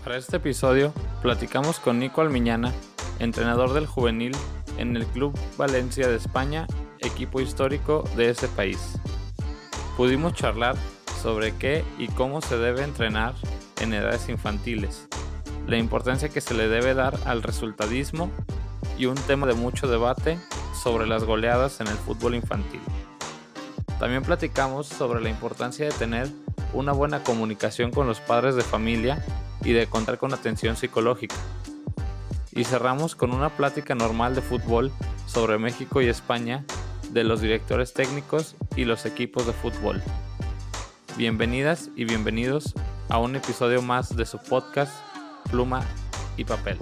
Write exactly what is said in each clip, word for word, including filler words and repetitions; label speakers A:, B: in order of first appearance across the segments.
A: Para este episodio, platicamos con Nico Almiñana, entrenador del juvenil en el Club Valencia de España, equipo histórico de ese país. Pudimos charlar sobre qué y cómo se debe entrenar en edades infantiles, la importancia que se le debe dar al resultadismo y un tema de mucho debate sobre las goleadas en el fútbol infantil. También platicamos sobre la importancia de tener una buena comunicación con los padres de familia y de contar con atención psicológica. Y cerramos con una plática normal de fútbol sobre México y España, de los directores técnicos y los equipos de fútbol. Bienvenidas y bienvenidos a un episodio más de su podcast Pluma y Papel.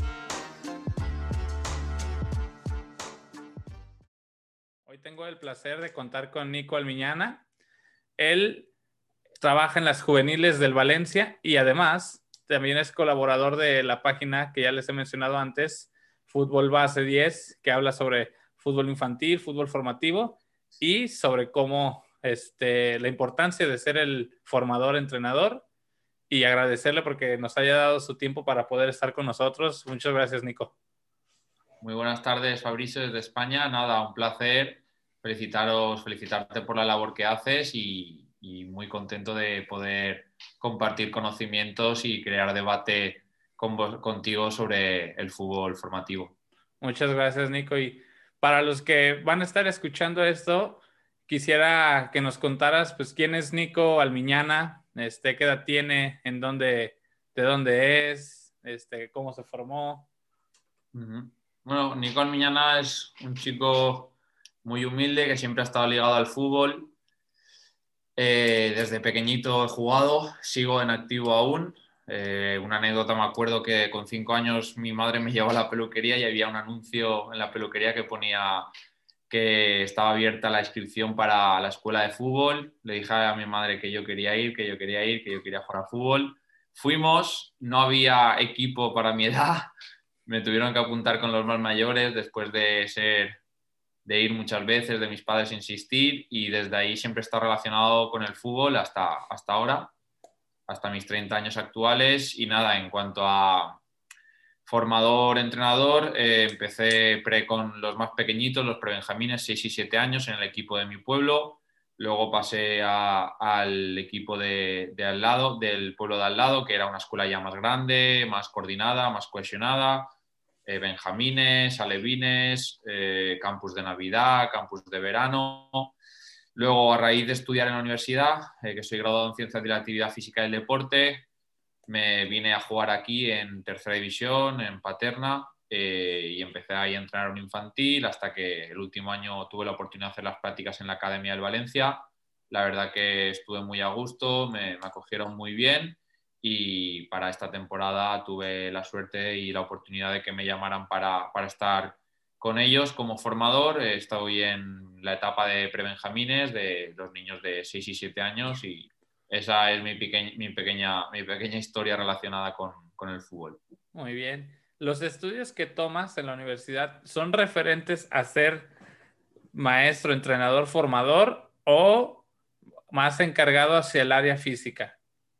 A: Hoy tengo el placer de contar con Nico Almiñana. Él trabaja en las juveniles del Valencia y además también es colaborador de la página que ya les he mencionado antes, Fútbol Base diez, que habla sobre fútbol infantil, fútbol formativo y sobre cómo este, la importancia de ser el formador, entrenador, y agradecerle porque nos haya dado su tiempo para poder estar con nosotros. Muchas gracias, Nico.
B: Muy buenas tardes, Fabricio, desde España. Nada, un placer felicitaros, felicitarte por la labor que haces y, y muy contento de poder compartir conocimientos y crear debate con vos, contigo sobre el fútbol formativo.
A: Muchas gracias, Nico. Y para los que van a estar escuchando esto, quisiera que nos contaras, pues, quién es Nico Almiñana, este, qué edad tiene, en dónde, de dónde es, este, cómo se formó.
B: Uh-huh. Bueno, Nico Almiñana es un chico muy humilde que siempre ha estado ligado al fútbol. Eh, desde pequeñito he jugado, sigo en activo aún. Eh, una anécdota, me acuerdo que con cinco años mi madre me llevó a la peluquería y había un anuncio en la peluquería que ponía que estaba abierta la inscripción para la escuela de fútbol. Le dije a mi madre que yo quería ir, que yo quería ir, que yo quería jugar a fútbol. Fuimos, no había equipo para mi edad, me tuvieron que apuntar con los más mayores después de ser... de ir muchas veces, de mis padres insistir, y desde ahí siempre he estado relacionado con el fútbol hasta, hasta ahora, hasta mis treinta años actuales. Y nada, en cuanto a formador, entrenador, eh, empecé pre con los más pequeñitos, los prebenjamines, seis y siete años en el equipo de mi pueblo. Luego pasé a, al equipo de, de al lado, del pueblo de al lado, que era una escuela ya más grande, más coordinada, más cohesionada. Eh, benjamines, alevines, eh, campus de Navidad, campus de verano. Luego, a raíz de estudiar en la universidad, eh, que soy graduado en Ciencias de la Actividad Física y el Deporte, me vine a jugar aquí en tercera división, en Paterna, eh, y empecé ahí a entrenar un infantil hasta que el último año tuve la oportunidad de hacer las prácticas en la Academia del Valencia. La verdad que estuve muy a gusto, me, me acogieron muy bien. Y para esta temporada tuve la suerte y la oportunidad de que me llamaran para, para estar con ellos como formador. Estoy en la etapa de prebenjamines, de los niños de seis y siete años, y esa es mi, peque mi, pequeña, mi pequeña historia relacionada con, con el fútbol.
A: Muy bien. ¿Los estudios que tomas en la universidad son referentes a ser maestro, entrenador, formador o más encargado hacia el área física?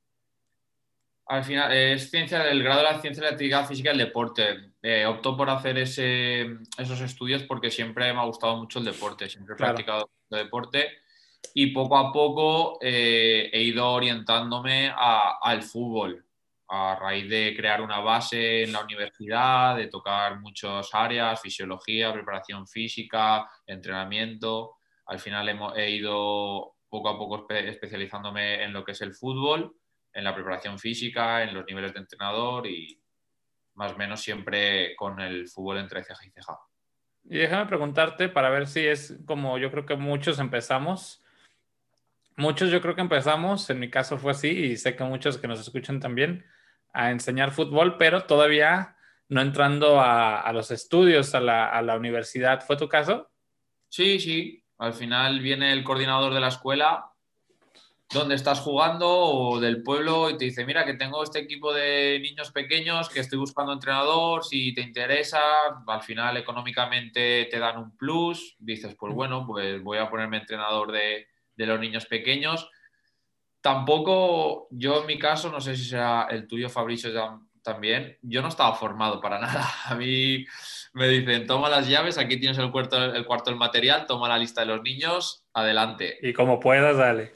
B: Al final, es ciencia, el grado de la ciencia de la actividad física y el deporte. Eh, opto por hacer ese, esos estudios porque siempre me ha gustado mucho el deporte, siempre he
A: Claro.
B: practicado deporte, y poco a poco eh, he ido orientándome a, al fútbol a raíz de crear una base en la universidad, de tocar muchas áreas, fisiología, preparación física, entrenamiento. Al final hemos, he ido poco a poco espe especializándome en lo que es el fútbol, en la preparación física, en los niveles de entrenador, y más o menos siempre con el fútbol entre ceja y ceja.
A: Y déjame preguntarte para ver si es como yo creo que muchos empezamos. Muchos yo creo que empezamos, en mi caso fue así y sé que muchos que nos escuchan también, a enseñar fútbol, pero todavía no entrando a, a los estudios, a la, a la universidad. ¿Fue tu caso?
B: Sí, sí. Al final viene el coordinador de la escuela donde estás jugando o del pueblo y te dice, mira, que tengo este equipo de niños pequeños que estoy buscando entrenador, si te interesa. Al final económicamente te dan un plus, dices, pues bueno, pues voy a ponerme entrenador de, de los niños pequeños. tampoco, yo en mi caso, no sé si será el tuyo, Fabricio, también, yo no estaba formado para nada. A mí me dicen, toma las llaves, aquí tienes el cuarto, el cuarto del material, toma la lista de los niños, adelante.
A: Y como puedas, dale.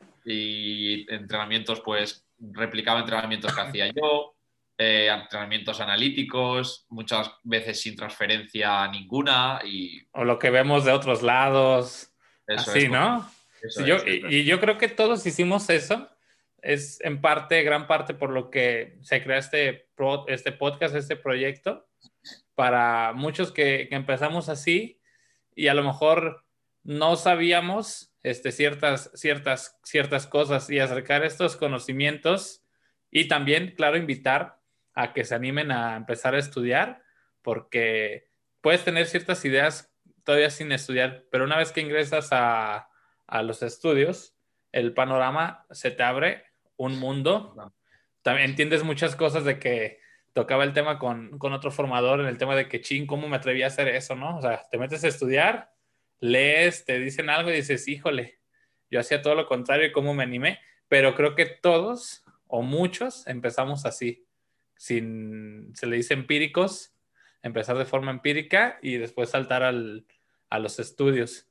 B: Y entrenamientos, pues replicaba entrenamientos que hacía yo, eh, entrenamientos analíticos, muchas veces sin transferencia ninguna y
A: O lo que vemos de otros lados,
B: eso es,
A: así, ¿no?
B: eso
A: Sí, yo,
B: es, eso
A: y, y yo creo que todos hicimos eso. Es en parte, gran parte por lo que se crea este, pro- este podcast, este proyecto, para muchos que, que empezamos así y a lo mejor no sabíamos este, ciertas, ciertas, ciertas cosas y acercar estos conocimientos y también, claro, invitar a que se animen a empezar a estudiar, porque puedes tener ciertas ideas todavía sin estudiar, pero una vez que ingresas a, a los estudios, el panorama se te abre un mundo. También entiendes muchas cosas de que tocaba el tema con, con otro formador en el tema de que, ching, ¿cómo me atreví a hacer eso, no? O sea, te metes a estudiar, lees, te dicen algo y dices, híjole, yo hacía todo lo contrario y cómo me animé, pero creo que todos o muchos empezamos así, sin, se le dice empíricos, empezar de forma empírica y después saltar al, a los estudios.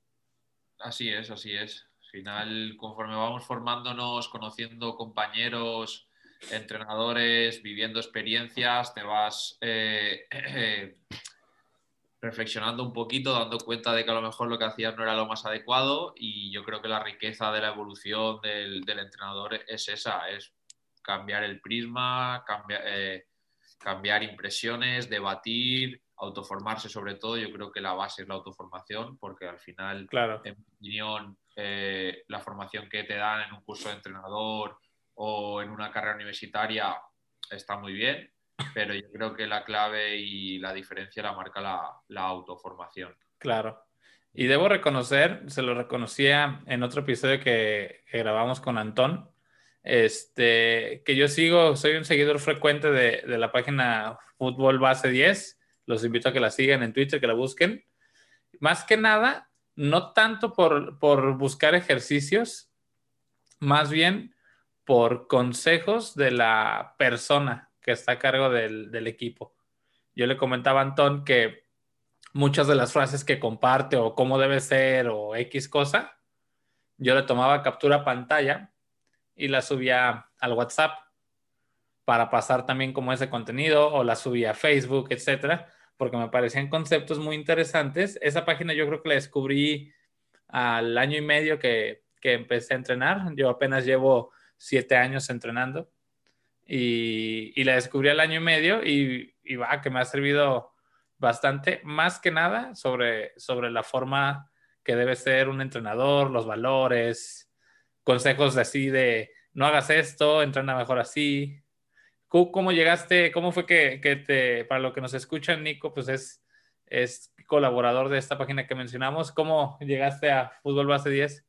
B: Así es, así es. Al final, conforme vamos formándonos, conociendo compañeros, entrenadores, viviendo experiencias, te vas eh, eh, reflexionando un poquito, dando cuenta de que a lo mejor lo que hacías no era lo más adecuado y yo creo que la riqueza de la evolución del, del entrenador es esa, es cambiar el prisma, cambiar, eh, cambiar impresiones, debatir, autoformarse sobre todo. Yo creo que la base es la autoformación porque al final,
A: Claro.
B: en mi opinión, eh, la formación que te dan en un curso de entrenador o en una carrera universitaria está muy bien, pero yo creo que la clave y la diferencia la marca la, la autoformación.
A: Claro. Y debo reconocer, se lo reconocía en otro episodio que, que grabamos con Antón, este, que yo sigo, soy un seguidor frecuente de, de la página Fútbol Base diez. Los invito a que la sigan en Twitter, que la busquen. Más que nada, no tanto por, por buscar ejercicios, más bien por consejos de la persona que está a cargo del, del equipo. Yo le comentaba a Antón que muchas de las frases que comparte o cómo debe ser o X cosa, yo le tomaba captura a pantalla y la subía al WhatsApp para pasar también como ese contenido o la subía a Facebook, etcétera, porque me parecían conceptos muy interesantes. Esa página yo creo que la descubrí al año y medio que, que empecé a entrenar. Yo apenas llevo siete años entrenando y, y la descubrí al año y medio y, y va, que me ha servido bastante, más que nada sobre, sobre la forma que debe ser un entrenador, los valores, consejos de así de no hagas esto, entrena mejor así. ¿Cómo llegaste? ¿Cómo fue que, que te, para lo que nos escuchan, Nico, pues es, es colaborador de esta página que mencionamos? ¿Cómo llegaste a Fútbol Base diez?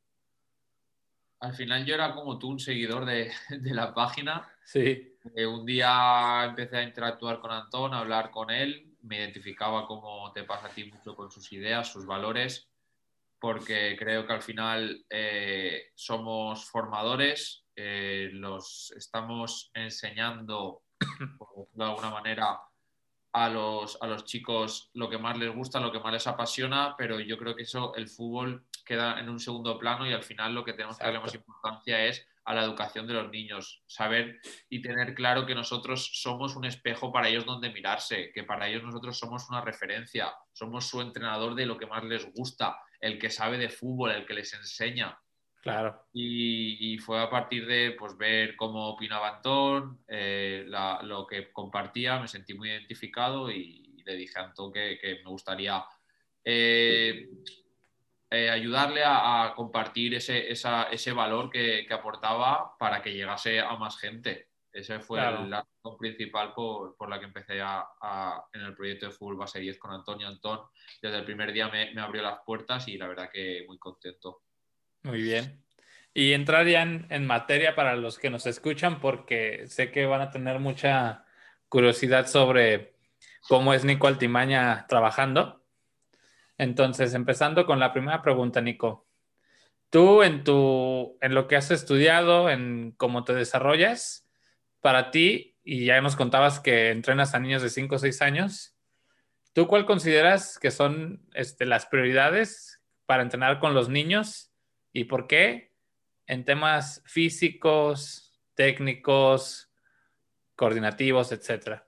B: Al final yo era como tú, un seguidor de, de la página.
A: Sí,
B: Eh, un día empecé a interactuar con Antón, a hablar con él, me identificaba como te pasa a ti mucho con sus ideas, sus valores, porque creo que al final eh, somos formadores, eh, los estamos enseñando, por decirlo de alguna manera, a los, a los chicos lo que más les gusta, lo que más les apasiona, pero yo creo que eso, el fútbol queda en un segundo plano y al final lo que tenemos que darle más
A: exacto.
B: importancia es a la educación de los niños, saber y tener claro que nosotros somos un espejo para ellos donde mirarse, que para ellos nosotros somos una referencia, somos su entrenador de lo que más les gusta, el que sabe de fútbol, el que les enseña.
A: Claro,
B: Y, y fue a partir de pues, ver cómo opinaba Antón, eh, la, lo que compartía, me sentí muy identificado y, y le dije a Antón que, que me gustaría eh, eh, ayudarle a, a compartir ese, esa, ese valor que, que, aportaba para que llegase a más gente. Ese fue el,
A: claro.
B: la razón principal por, por, la que empecé a, a, en el proyecto de Fútbol Base diez con Antonio Antón. Desde el primer día me, me abrió las puertas y la verdad que muy contento.
A: Muy bien. Y entrar ya en, en materia para los que nos escuchan, porque sé que van a tener mucha curiosidad sobre cómo es Nico Altimaña trabajando. Entonces, empezando con la primera pregunta, Nico. Tú en tu, en lo que has estudiado, en cómo te desarrollas, para ti, y ya nos contabas que entrenas a niños de cinco o seis años, ¿tú cuál consideras que son este, las prioridades para entrenar con los niños y por qué? En temas físicos, técnicos, coordinativos, etcétera.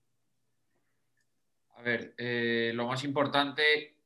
B: A ver, eh, lo más importante,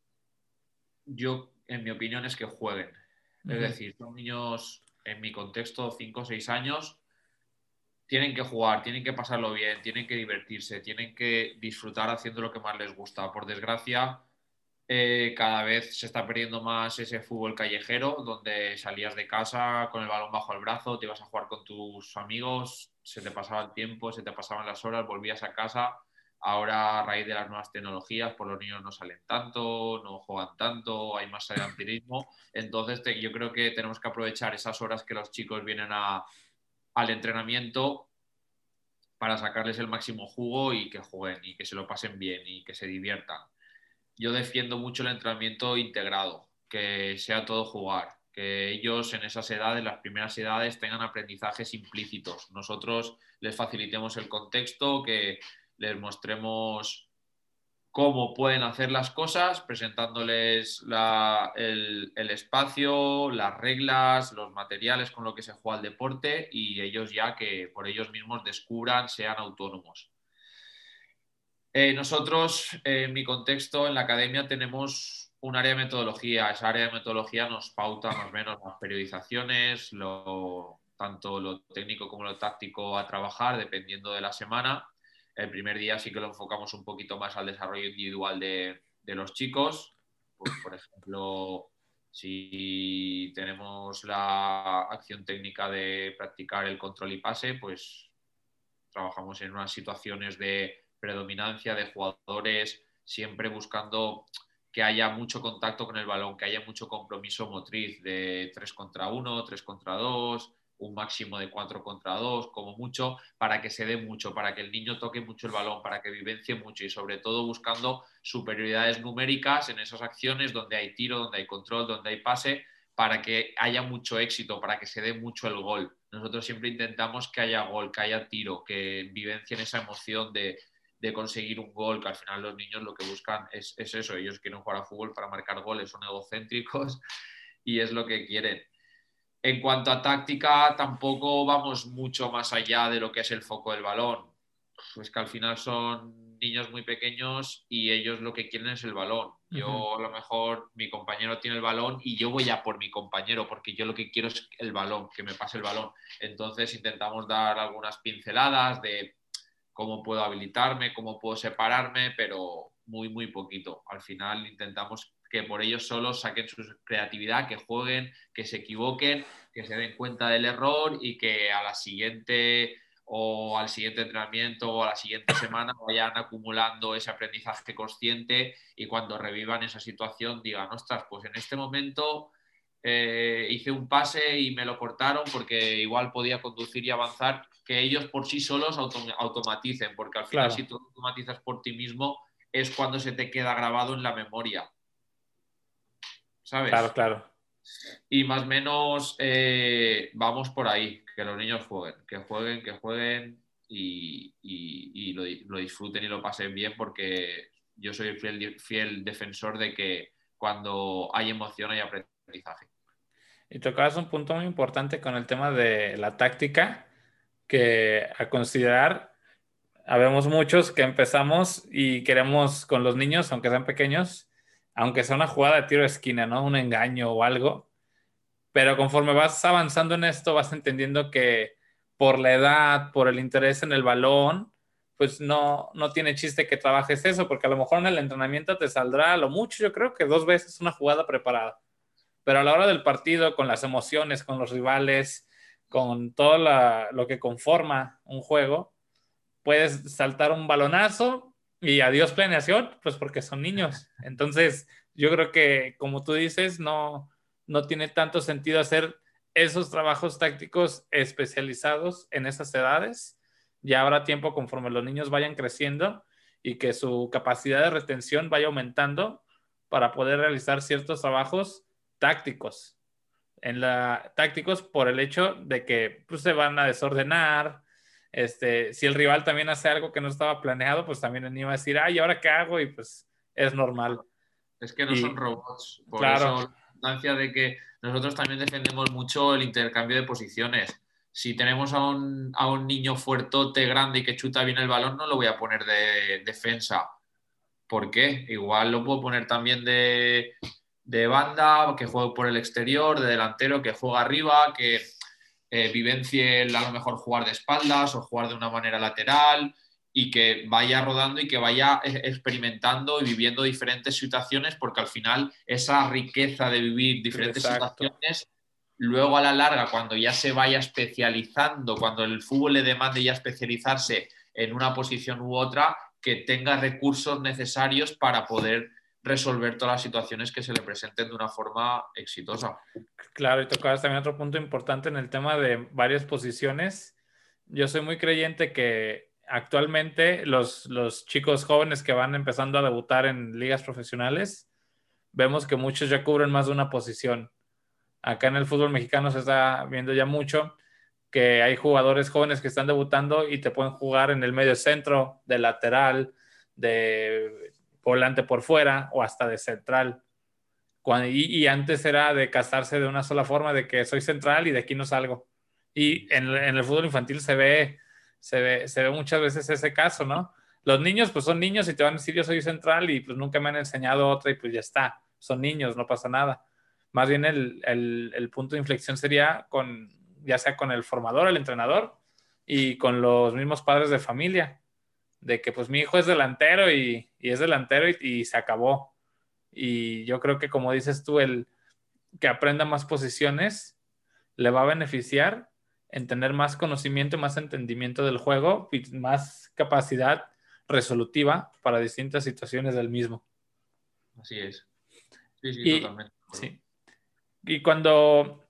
B: yo, en mi opinión, es que jueguen. Es
A: Ujú.
B: decir, son niños, en mi contexto, cinco o seis años, tienen que jugar, tienen que pasarlo bien, tienen que divertirse, tienen que disfrutar haciendo lo que más les gusta. Por desgracia, eh, cada vez se está perdiendo más ese fútbol callejero, donde salías de casa con el balón bajo el brazo, te ibas a jugar con tus amigos, se te pasaba el tiempo, se te pasaban las horas, volvías a casa. Ahora, a raíz de las nuevas tecnologías, pues los niños no salen tanto, no juegan tanto, hay más sedentarismo. Entonces, te, yo creo que tenemos que aprovechar esas horas que los chicos vienen a, al entrenamiento para sacarles el máximo jugo y que jueguen y que se lo pasen bien y que se diviertan. Yo defiendo mucho el entrenamiento integrado, que sea todo jugar, que ellos en esas edades, las primeras edades, tengan aprendizajes implícitos. Nosotros les facilitemos el contexto, que les mostremos cómo pueden hacer las cosas, presentándoles la, el, el, espacio, las reglas, los materiales con lo que se juega el deporte y ellos ya que por ellos mismos descubran, sean autónomos. Eh, nosotros, eh, en mi contexto, en la academia tenemos un área de metodología. Esa área de metodología nos pauta más o menos las periodizaciones, lo, tanto lo técnico como lo táctico a trabajar, dependiendo de la semana. El primer día sí que lo enfocamos un poquito más al desarrollo individual de, de los chicos. Pues, por ejemplo, si tenemos la acción técnica de practicar el control y pase, pues trabajamos en unas situaciones de predominancia de jugadores, siempre buscando que haya mucho contacto con el balón, que haya mucho compromiso motriz de tres contra uno, tres contra dos, un máximo de cuatro contra dos, como mucho, para que se dé mucho, para que el niño toque mucho el balón, para que vivencie mucho y sobre todo buscando superioridades numéricas en esas acciones donde hay tiro, donde hay control, donde hay pase, para que haya mucho éxito, para que se dé mucho el gol. Nosotros siempre intentamos que haya gol, que haya tiro, que vivencien esa emoción de, de conseguir un gol, que al final los niños lo que buscan es, es eso, ellos quieren jugar a fútbol para marcar goles, son egocéntricos y es lo que quieren. En cuanto a táctica, tampoco vamos mucho más allá de lo que es el foco del balón. Pues que al final son niños muy pequeños y ellos lo que quieren es el balón. Yo
A: Uh-huh.
B: a lo mejor mi compañero tiene el balón y yo voy a por mi compañero porque yo lo que quiero es el balón, que me pase el balón. Entonces intentamos dar algunas pinceladas de cómo puedo habilitarme, cómo puedo separarme, pero muy, muy poquito. Al final intentamos que por ellos solos saquen su creatividad, que jueguen, que se equivoquen, que se den cuenta del error y que a la siguiente o al siguiente entrenamiento o a la siguiente semana vayan acumulando ese aprendizaje consciente y cuando revivan esa situación digan, ostras, pues en este momento eh, hice un pase y me lo cortaron porque igual podía conducir y avanzar, que ellos por sí solos autom automaticen, porque al final
A: Claro,
B: si tú automatizas por ti mismo es cuando se te queda grabado en la memoria,
A: claro,
B: ¿sabes?
A: claro.
B: Y más o menos eh, vamos por ahí, que los niños jueguen, que jueguen, que jueguen y, y, y lo, lo, disfruten y lo pasen bien porque yo soy el fiel, fiel defensor de que cuando hay emoción hay aprendizaje.
A: Y tocabas un punto muy importante con el tema de la táctica, que a considerar, habemos muchos que empezamos y queremos con los niños, aunque sean pequeños, aunque sea una jugada de tiro de esquina, ¿no? Un engaño o algo, pero conforme vas avanzando en esto, vas entendiendo que por la edad, por el interés en el balón, pues no, no tiene chiste que trabajes eso, porque a lo mejor en el entrenamiento te saldrá a lo mucho, yo creo que dos veces una jugada preparada. Pero a la hora del partido, con las emociones, con los rivales, con todo la, lo que conforma un juego, puedes saltar un balonazo y adiós planeación, pues porque son niños. Entonces, yo creo que, como tú dices, no, no tiene tanto sentido hacer esos trabajos tácticos especializados en esas edades. Ya habrá tiempo conforme los niños vayan creciendo y que su capacidad de retención vaya aumentando para poder realizar ciertos trabajos tácticos. en la, tácticos por el hecho de que pues, se van a desordenar. Este, si el rival también hace algo que no estaba planeado, pues también anima a decir, ay, ¿y ahora qué hago? Y pues es normal.
B: Es que no son
A: Y
B: robots, por eso
A: claro,
B: la importancia de que nosotros también defendemos mucho el intercambio de posiciones. Si tenemos a un, a un niño fuertote, grande y que chuta bien el balón, no lo voy a poner de defensa. ¿Por qué? Igual lo puedo poner también de, de banda, que juegue por el exterior, de delantero, que juega arriba, que eh, vivencie a lo mejor jugar de espaldas o jugar de una manera lateral y que vaya rodando y que vaya experimentando y viviendo diferentes situaciones, porque al final esa riqueza de vivir diferentes
A: exacto.
B: situaciones, luego a la larga, cuando ya se vaya especializando, cuando el fútbol le demande ya especializarse en una posición u otra, que tenga recursos necesarios para poder resolver todas las situaciones que se le presenten de una forma exitosa.
A: Claro, y tocabas también otro punto importante en el tema de varias posiciones. Yo soy muy creyente que actualmente los, los chicos jóvenes que van empezando a debutar en ligas profesionales, vemos que muchos ya cubren más de una posición. Acá en el fútbol mexicano se está viendo ya mucho que hay jugadores jóvenes que están debutando y te pueden jugar en el medio centro, de lateral, de volante por fuera o hasta de central. Cuando, y, y, antes era de casarse de una sola forma, de que soy central y de aquí no salgo. Y en, en el fútbol infantil se ve, se ve, se ve muchas veces ese caso, ¿no? Los niños pues son niños y te van a decir yo soy central y pues nunca me han enseñado otra y pues ya está, son niños, no pasa nada. Más bien el, el, el punto de inflexión sería con, ya sea con el formador, el entrenador y con los mismos padres de familia, de que pues mi hijo es delantero y, y es delantero y, y se acabó. Y yo creo que como dices tú, el que aprenda más posiciones le va a beneficiar en tener más conocimiento, más entendimiento del juego y más capacidad resolutiva para distintas situaciones del mismo.
B: Así es. Sí, sí,
A: Y
B: totalmente.
A: sí, y cuando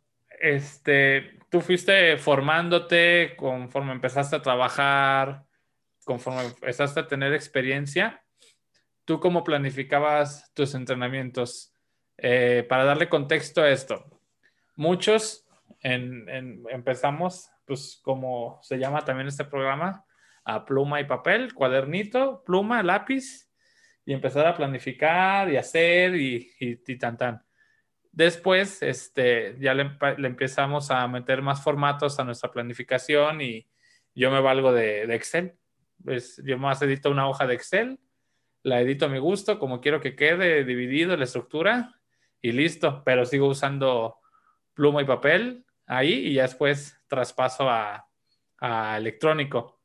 A: este, tú fuiste formándote, conforme empezaste a trabajar, conforme empezaste a tener experiencia, ¿tú cómo planificabas tus entrenamientos? Eh, para darle contexto a esto, muchos en, en, empezamos, pues como se llama también este programa, a pluma y papel, cuadernito, pluma, lápiz, y empezar a planificar y hacer y, y, y tan tan. Después, este, ya le, le, empezamos a meter más formatos a nuestra planificación y yo me valgo de, de Excel. Pues yo más edito una hoja de Excel, la edito a mi gusto, como quiero que quede dividido la estructura y listo, pero sigo usando pluma y papel ahí y ya después traspaso a, a electrónico.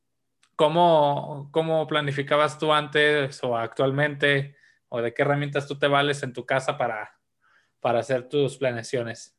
A: ¿Cómo, ¿Cómo planificabas tú antes o actualmente o de qué herramientas tú te vales en tu casa para, para hacer tus planeaciones?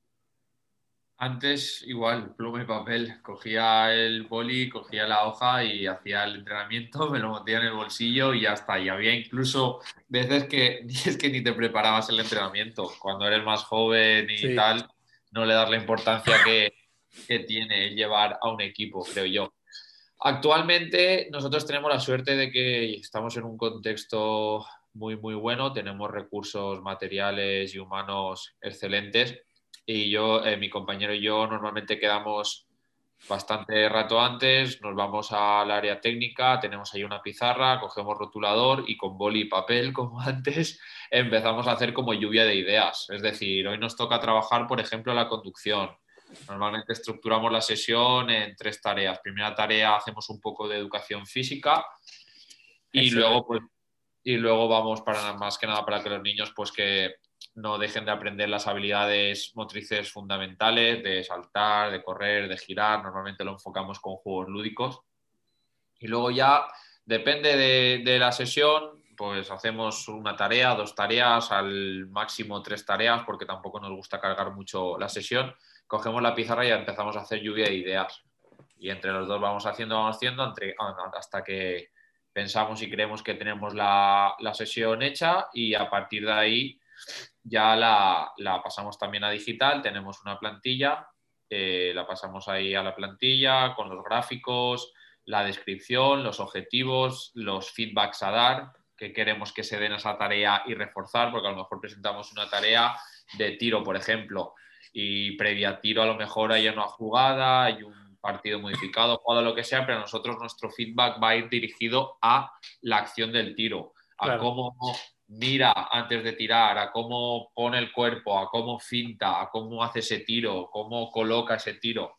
B: Antes, igual, pluma y papel. Cogía el boli, cogía la hoja y hacía el entrenamiento, me lo metía en el bolsillo y ya está. Y había incluso veces que es que ni te preparabas el entrenamiento. Cuando eres más joven y
A: Sí,
B: tal, no le das la importancia que, que tiene el llevar a un equipo, creo yo. Actualmente nosotros tenemos la suerte de que estamos en un contexto muy, muy bueno, tenemos recursos materiales y humanos excelentes y yo, eh, mi compañero y yo normalmente quedamos bastante rato antes, nos vamos al área técnica, tenemos ahí una pizarra, cogemos rotulador y con boli y papel, como antes, empezamos a hacer como lluvia de ideas. Es decir, hoy nos toca trabajar, por ejemplo, la conducción. Normalmente estructuramos la sesión en tres tareas. Primera tarea hacemos un poco de educación física y luego, pues,
A: excelente.
B: y luego vamos para más que nada para que los niños pues que no dejen de aprender las habilidades motrices fundamentales de saltar, de correr, de girar. Normalmente lo enfocamos con juegos lúdicos. Y luego ya depende de, de la sesión, pues hacemos una tarea, dos tareas, al máximo tres tareas, porque tampoco nos gusta cargar mucho la sesión. Cogemos la pizarra y ya empezamos a hacer lluvia de ideas. Y entre los dos vamos haciendo, vamos haciendo, entre, hasta que pensamos y creemos que tenemos la, la sesión hecha y a partir de ahí ya la, la pasamos también a digital. Tenemos una plantilla, eh, la pasamos ahí a la plantilla con los gráficos, la descripción, los objetivos, los feedbacks a dar, que queremos que se den a esa tarea y reforzar, porque a lo mejor presentamos una tarea de tiro, por ejemplo, y previa tiro a lo mejor hay una jugada, hay un partido modificado, jugado lo que sea, pero nosotros nuestro feedback va a ir dirigido a la acción del tiro, a
A: Claro.
B: cómo mira antes de tirar, a cómo pone el cuerpo, a cómo finta, a cómo hace ese tiro, cómo coloca ese tiro.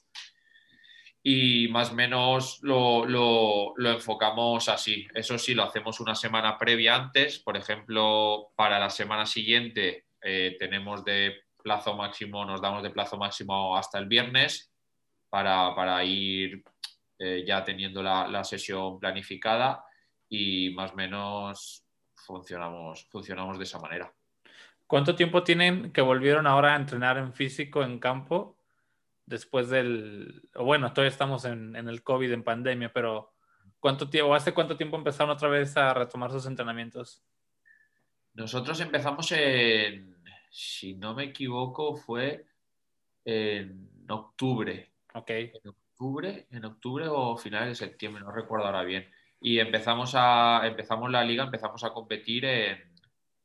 B: Y más o menos lo, lo, lo enfocamos así. Eso sí, lo hacemos una semana previa antes. Por ejemplo, para la semana siguiente eh, tenemos de plazo máximo, nos damos de plazo máximo hasta el viernes para, para ir eh, ya teniendo la, la sesión planificada y más o menos funcionamos, funcionamos de esa manera.
A: ¿Cuánto tiempo tienen que volvieron ahora a entrenar en físico, en campo, después del... o bueno, todavía estamos en, en el COVID, en pandemia, pero ¿cuánto tiempo, hace cuánto tiempo empezaron otra vez a retomar sus entrenamientos?
B: Nosotros empezamos en, si no me equivoco, fue en octubre.
A: Ok,
B: En octubre, en octubre o finales de septiembre, no recuerdo ahora bien. Y empezamos a, empezamos la liga, empezamos a competir en,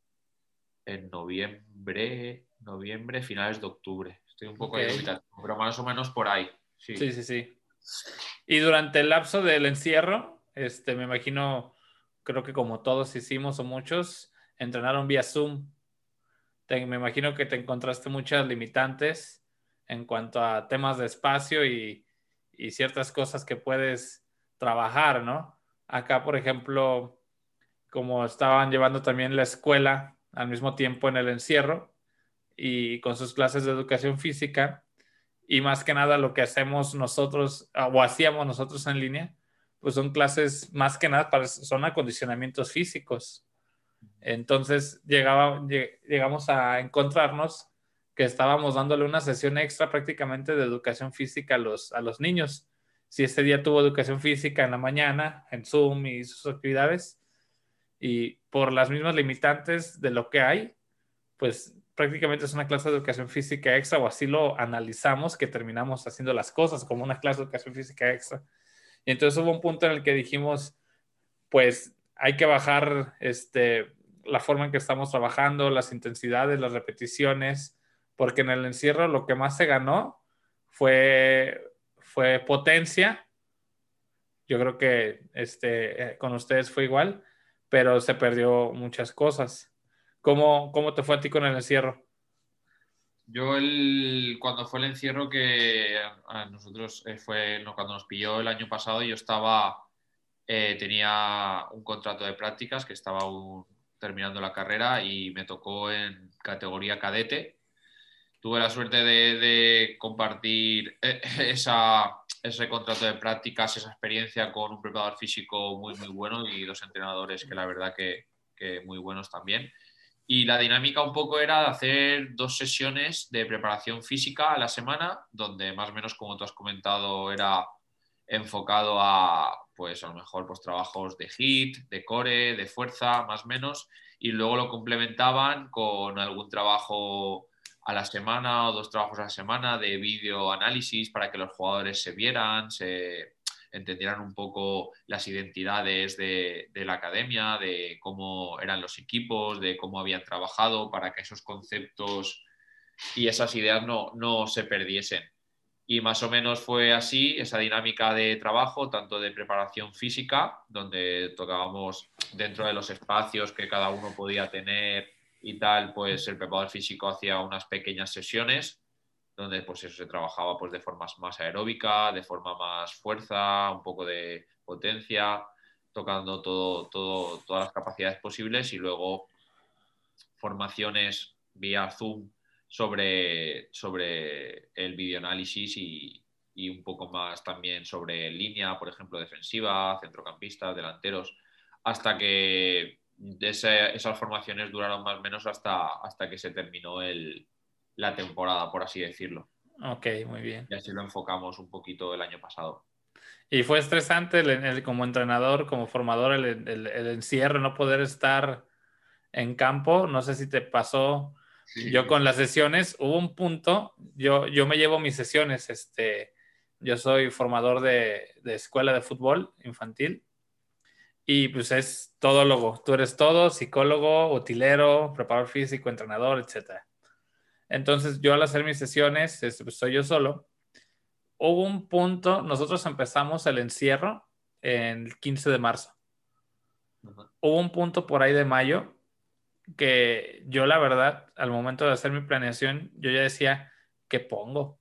B: en noviembre, noviembre, finales de octubre. Estoy un poco
A: ok.
B: ahí dubitativo, pero más o menos por ahí.
A: Sí,
B: Sí.
A: sí, sí. Y durante el lapso del encierro, este, me imagino, creo que como todos hicimos o muchos, entrenaron vía Zoom. Te- me imagino que te encontraste muchas limitantes en cuanto a temas de espacio y, y ciertas cosas que puedes trabajar, ¿no? Acá, por ejemplo, como estaban llevando también la escuela al mismo tiempo en el encierro y con sus clases de educación física, y más que nada lo que hacemos nosotros o hacíamos nosotros en línea, pues son clases más que nada para, son acondicionamientos físicos. Entonces llegaba, llegamos a encontrarnos que estábamos dándole una sesión extra prácticamente de educación física a los, a los niños. Si ese día tuvo educación física en la mañana, en Zoom y sus actividades, y por las mismas limitantes de lo que hay, pues prácticamente es una clase de educación física extra, o así lo analizamos, que terminamos haciendo las cosas como una clase de educación física extra. Y entonces hubo un punto en el que dijimos, pues hay que bajar este, la forma en que estamos trabajando, las intensidades, las repeticiones, porque en el encierro lo que más se ganó fue, fue potencia. Yo creo que este, eh, con ustedes fue igual, pero se perdió muchas cosas. ¿Cómo, cómo te fue a ti con el encierro?
B: Yo el, cuando fue el encierro que a nosotros eh, fue no, cuando nos pilló el año pasado, yo estaba, eh, tenía un contrato de prácticas que estaba aún terminando la carrera y me tocó en categoría cadete. Tuve la suerte de, de compartir eh, esa, ese contrato de prácticas, esa experiencia con un preparador físico muy, muy bueno y dos entrenadores que la verdad que, que muy buenos también. Y la dinámica un poco era de hacer dos sesiones de preparación física a la semana, donde más o menos, como tú has comentado, era enfocado a, pues a lo mejor, pues trabajos de HIIT, de core, de fuerza, más o menos, y luego lo complementaban con algún trabajo a la semana o dos trabajos a la semana de videoanálisis para que los jugadores se vieran, se entendieran un poco las identidades de, de la academia, de cómo eran los equipos, de cómo habían trabajado para que esos conceptos y esas ideas no, no se perdiesen. Y más o menos fue así esa dinámica de trabajo, tanto de preparación física, donde tocábamos dentro de los espacios que cada uno podía tener y tal, pues el preparador físico hacía unas pequeñas sesiones donde pues eso se trabajaba pues de forma más aeróbica, de forma más fuerza, un poco de potencia, tocando todo, todo, todas las capacidades posibles y luego formaciones vía Zoom sobre, sobre el videoanálisis y, y un poco más también sobre línea, por ejemplo, defensiva, centrocampistas, delanteros, hasta que ese, esas formaciones duraron más o menos hasta, hasta que se terminó el, la temporada, por así decirlo.
A: Ok, muy bien.
B: Y así lo enfocamos un poquito el año pasado.
A: ¿Y fue estresante el- el- como entrenador, como formador, el, el- el encierro, no poder estar en campo? No sé si te pasó. Yo
B: Sí.
A: con las sesiones, hubo un punto, yo, yo me llevo mis sesiones, este, yo soy formador de, de escuela de fútbol infantil y pues es todólogo. Tú eres todo, psicólogo, utilero, preparador físico, entrenador, etcétera. Entonces yo al hacer mis sesiones, este, pues, soy yo solo. Hubo un punto, nosotros empezamos el encierro el quince de marzo.
B: Ajá.
A: Hubo un punto por ahí de mayo que yo la verdad, al momento de hacer mi planeación, yo ya decía, ¿qué pongo?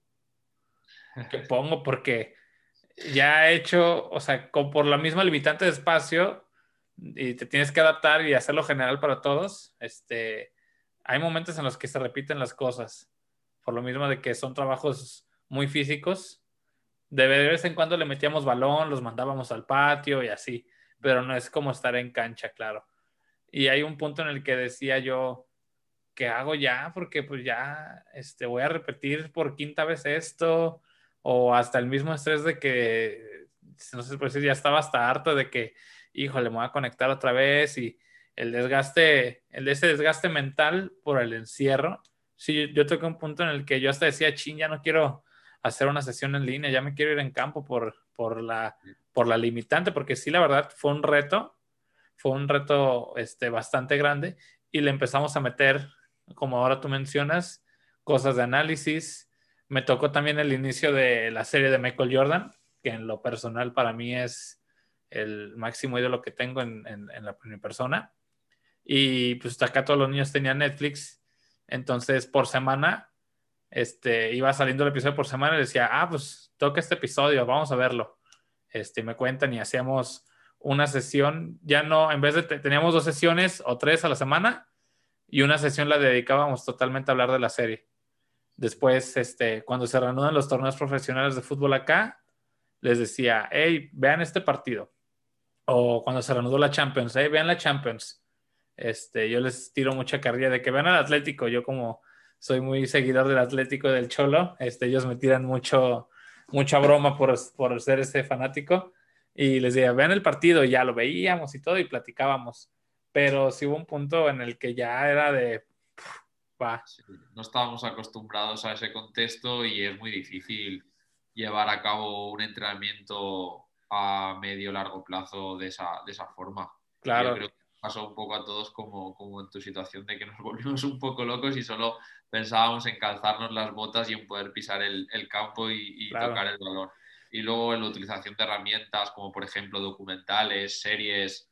A: ¿Qué pongo? Porque ya he hecho, o sea, con, por la misma limitante de espacio y te tienes que adaptar y hacerlo general para todos, este, hay momentos en los que se repiten las cosas, por lo mismo de que son trabajos muy físicos. De vez en cuando le metíamos balón, los mandábamos al patio y así, pero no es como estar en cancha, claro. Y hay un punto en el que decía yo, ¿qué hago ya? Porque pues ya este, voy a repetir por quinta vez esto, o hasta el mismo estrés de que, no sé por decir, ya estaba hasta harto de que, híjole, me voy a conectar otra vez y el desgaste, el ese desgaste mental por el encierro. Sí, yo toqué un punto en el que yo hasta decía, chin, ya no quiero hacer una sesión en línea, ya me quiero ir en campo por, por la, por la limitante, porque sí, la verdad, fue un reto, fue un reto este, bastante grande y le empezamos a meter, como ahora tú mencionas, cosas de análisis. Me tocó también el inicio de la serie de Michael Jordan, que en lo personal para mí es el máximo ídolo que tengo en, en, en la primera persona. Y pues acá todos los niños tenían Netflix, entonces por semana este, iba saliendo el episodio por semana y decía, ah, pues toca este episodio, vamos a verlo. Este, me cuentan y hacíamos una sesión, ya no, en vez de, teníamos dos sesiones o tres a la semana y una sesión la dedicábamos totalmente a hablar de la serie. Después, este, cuando se reanudan los torneos profesionales de fútbol acá, les decía, hey, vean este partido. O cuando se reanudó la Champions, hey, vean la Champions. Este, yo les tiro mucha carrilla de que vean al Atlético. Yo como soy muy seguidor del Atlético y del Cholo, este, ellos me tiran mucho, mucha broma por, por ser ese fanático. Y les decía, vean el partido, y ya lo veíamos y todo, y platicábamos. Pero sí hubo un punto en el que ya era de, va.
B: Sí, no estábamos acostumbrados a ese contexto y es muy difícil llevar a cabo un entrenamiento a medio largo plazo de esa, de esa forma. Y yo
A: Claro,
B: creo que pasó un poco a todos como, como en tu situación de que nos volvimos un poco locos y solo pensábamos en calzarnos las botas y en poder pisar el, el campo y, y
A: claro.
B: tocar el balón. Y luego en la utilización de herramientas como por ejemplo documentales, series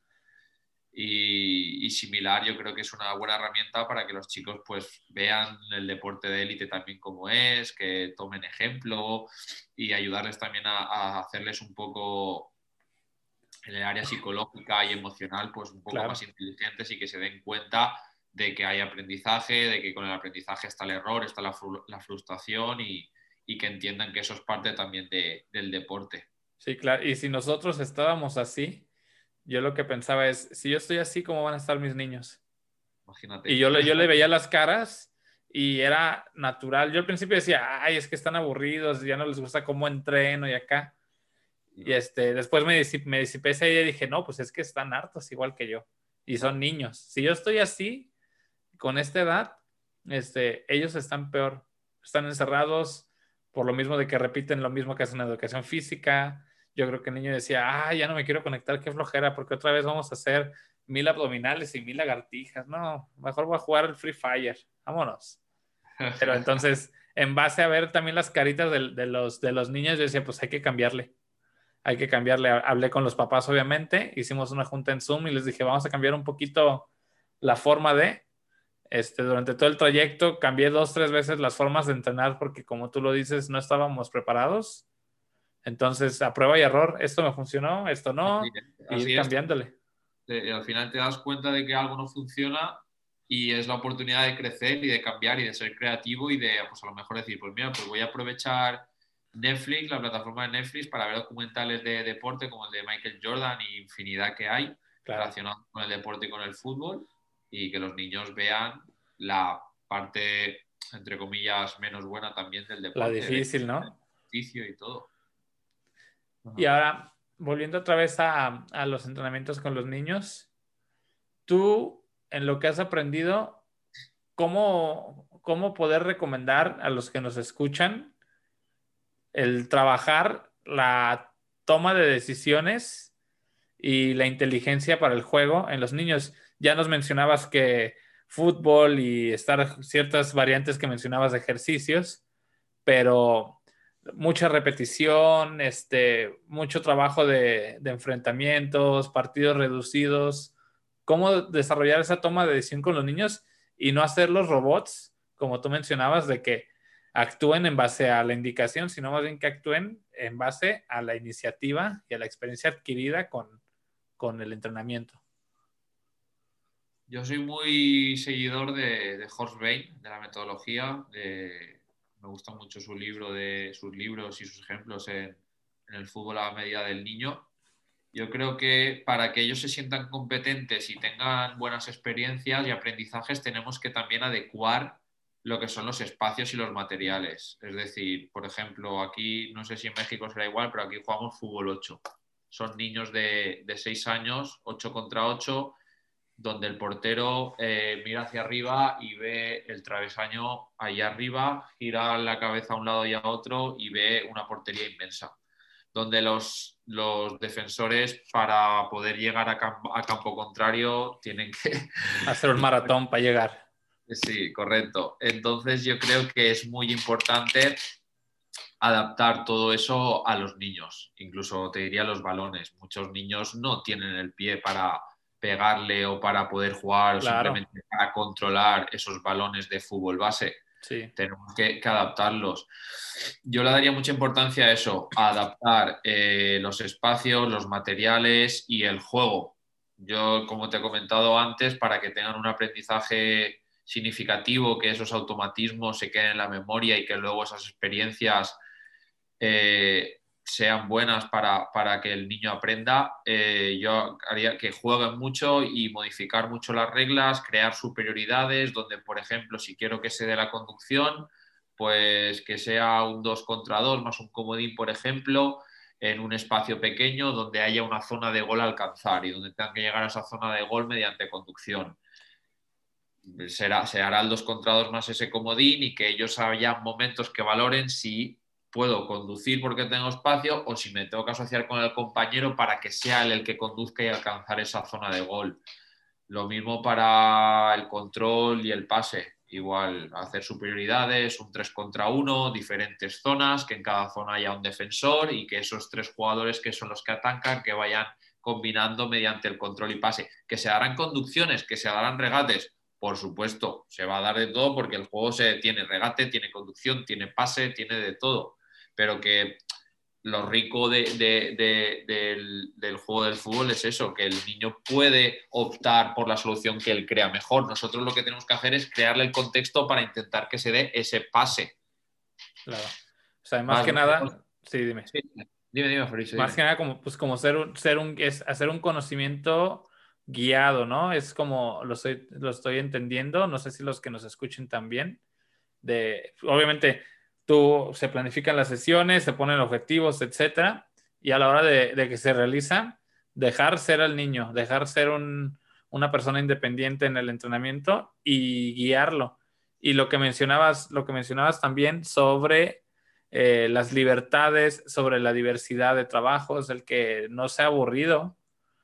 B: y, y similar, yo creo que es una buena herramienta para que los chicos pues vean el deporte de élite también como es, que tomen ejemplo y ayudarles también a, a hacerles un poco en el área psicológica y emocional pues un poco
A: Claro,
B: más inteligentes y que se den cuenta de que hay aprendizaje, de que con el aprendizaje está el error, está la, fru la frustración y, y, que entiendan que eso es parte también de, del deporte.
A: sí, claro. Y si nosotros estábamos así, yo lo que pensaba es, si yo estoy así, ¿cómo van a estar mis niños? Y
B: Imagínate.
A: yo, le- yo le veía las caras y era natural. Yo al principio decía, ay, es que están aburridos, ya no les gusta cómo entreno y acá. Y
B: No.
A: este, después me, disip- me disipé esa idea y dije, no, pues es que están hartos igual que yo. Y son niños. Si yo estoy así, con esta edad, este, ellos están peor. Están encerrados por lo mismo de que repiten lo mismo que hacen en educación física. Yo creo que el niño decía, ah, ya no me quiero conectar, qué flojera, porque otra vez vamos a hacer mil abdominales y mil lagartijas. No, mejor voy a jugar el Free Fire. Vámonos. Pero entonces, en base a ver también las caritas de, de los, de los niños, yo decía, pues hay que cambiarle. Hay que cambiarle. Hablé con los papás, obviamente. Hicimos una junta en Zoom y les dije, vamos a cambiar un poquito la forma de, este, durante todo el trayecto cambié dos, tres veces las formas de entrenar porque como tú lo dices, no estábamos preparados. Entonces, a prueba y error, esto me funcionó, esto
B: Así
A: no,
B: es,
A: y ir
B: así es.
A: cambiándole.
B: Te- al final te das cuenta de que algo no funciona y es la oportunidad de crecer y de cambiar y de ser creativo y de, pues a lo mejor decir, pues mira, pues voy a aprovechar Netflix, la plataforma de Netflix, para ver documentales de deporte como el de Michael Jordan y infinidad que hay
A: Claro,
B: relacionados con el deporte y con el fútbol y que los niños vean la parte, entre comillas, menos buena también del
A: la
B: deporte, del
A: difícil, ¿no?
B: ejercicio y todo.
A: Y
B: Ajá.
A: ahora, volviendo otra vez a, a los entrenamientos con los niños, tú, en lo que has aprendido, ¿cómo, cómo poder recomendar a los que nos escuchan el trabajar la toma de decisiones y la inteligencia para el juego en los niños? Ya nos mencionabas que fútbol y estar ciertas variantes que mencionabas de ejercicios, pero mucha repetición, este, mucho trabajo de, de enfrentamientos, partidos reducidos, cómo desarrollar esa toma de decisión con los niños y no hacer los robots, como tú mencionabas, de que actúen en base a la indicación, sino más bien que actúen en base a la iniciativa y a la experiencia adquirida con, con el entrenamiento.
B: Yo soy muy seguidor de, de Horst Bain, de la metodología. De, me gusta mucho su libro de, sus libros y sus ejemplos en, en el fútbol a medida del niño. Yo creo que para que ellos se sientan competentes y tengan buenas experiencias y aprendizajes, tenemos que también adecuar lo que son los espacios y los materiales. Es decir, por ejemplo, aquí, no sé si en México será igual, pero aquí jugamos fútbol ocho. Son niños de, de seis años, ocho contra ocho, donde el portero eh, mira hacia arriba y ve el travesaño allá arriba, gira la cabeza a un lado y a otro y ve una portería inmensa, donde los, los defensores, para poder llegar a campo, a campo contrario, tienen que
A: hacer un maratón para llegar.
B: Sí, correcto. Entonces yo creo que es muy importante adaptar todo eso a los niños, incluso te diría los balones. Muchos niños no tienen el pie para pegarle o para poder jugar,
A: Claro.
B: o simplemente para controlar esos balones de fútbol base.
A: Sí.
B: Tenemos que, que adaptarlos. Yo le daría mucha importancia a eso, a adaptar eh, los espacios, los materiales y el juego. Yo, como te he comentado antes, para que tengan un aprendizaje significativo, que esos automatismos se queden en la memoria y que luego esas experiencias eh, sean buenas para, para, que el niño aprenda, eh, yo haría que jueguen mucho y modificar mucho las reglas, crear superioridades, donde, por ejemplo, si quiero que se dé la conducción, pues que sea un dos contra dos más un comodín, por ejemplo, en un espacio pequeño donde haya una zona de gol a alcanzar y donde tengan que llegar a esa zona de gol mediante conducción. Será, se hará el dos contra dos más ese comodín y que ellos haya momentos que valoren si puedo conducir porque tengo espacio o si me tengo que asociar con el compañero para que sea él el que conduzca y alcanzar esa zona de gol. Lo mismo para el control y el pase. Igual, hacer superioridades, un tres contra uno, diferentes zonas, que en cada zona haya un defensor y que esos tres jugadores que son los que atacan, que vayan combinando mediante el control y pase. Que se harán conducciones, que se harán regates. Por supuesto, se va a dar de todo porque el juego se, tiene regate, tiene conducción, tiene pase, tiene de todo. Pero que lo rico de, de, de, del, del juego del fútbol es eso, que el niño puede optar por la solución que él crea mejor. Nosotros lo que tenemos que hacer es crearle el contexto para intentar que se dé ese pase.
A: Claro. O sea, más, más que nada... Menos... Sí, dime.
B: Sí. Dime, dime, Fabricio.
A: Más dime. que nada, como, pues, como ser un, ser un, es hacer un conocimiento guiado, ¿no? Es como lo estoy, lo estoy entendiendo. No sé si los que nos escuchen también. De, obviamente, tú se planifican las sesiones, se ponen objetivos, etcétera. Y a la hora de, de que se realizan, dejar ser al niño, dejar ser un, una persona independiente en el entrenamiento y guiarlo. Y lo que mencionabas, lo que mencionabas también sobre eh, las libertades, sobre la diversidad de trabajos, el que no sea aburrido,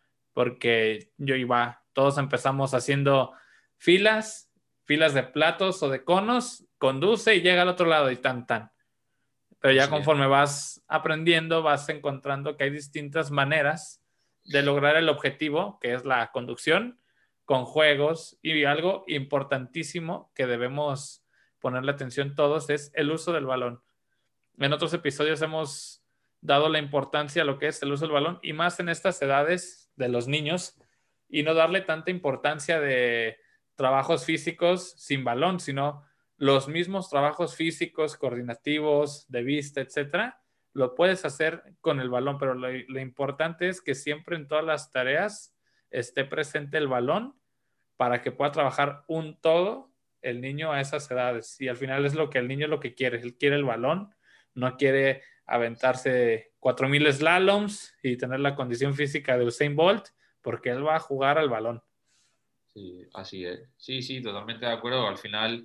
A: porque yo iba, todos empezamos haciendo filas, filas de platos o de conos, conduce y llega al otro lado y tan, tan. Pero ya conforme vas aprendiendo, vas encontrando que hay distintas maneras de lograr el objetivo, que es la conducción, con juegos, y algo importantísimo que debemos ponerle atención todos es el uso del balón. En otros episodios hemos dado la importancia a lo que es el uso del balón y más en estas edades de los niños y no darle tanta importancia de trabajos físicos sin balón, sino los mismos trabajos físicos, coordinativos, de vista, etcétera, lo puedes hacer con el balón, pero lo, lo importante es que siempre en todas las tareas esté presente el balón para que pueda trabajar un todo el niño a esas edades. Y al final es lo que el niño lo que quiere, él quiere el balón, no quiere aventarse cuatro mil slaloms y tener la condición física de Usain Bolt, porque él va a jugar al balón.
B: Sí, así es. Sí, sí, totalmente de acuerdo. Al final,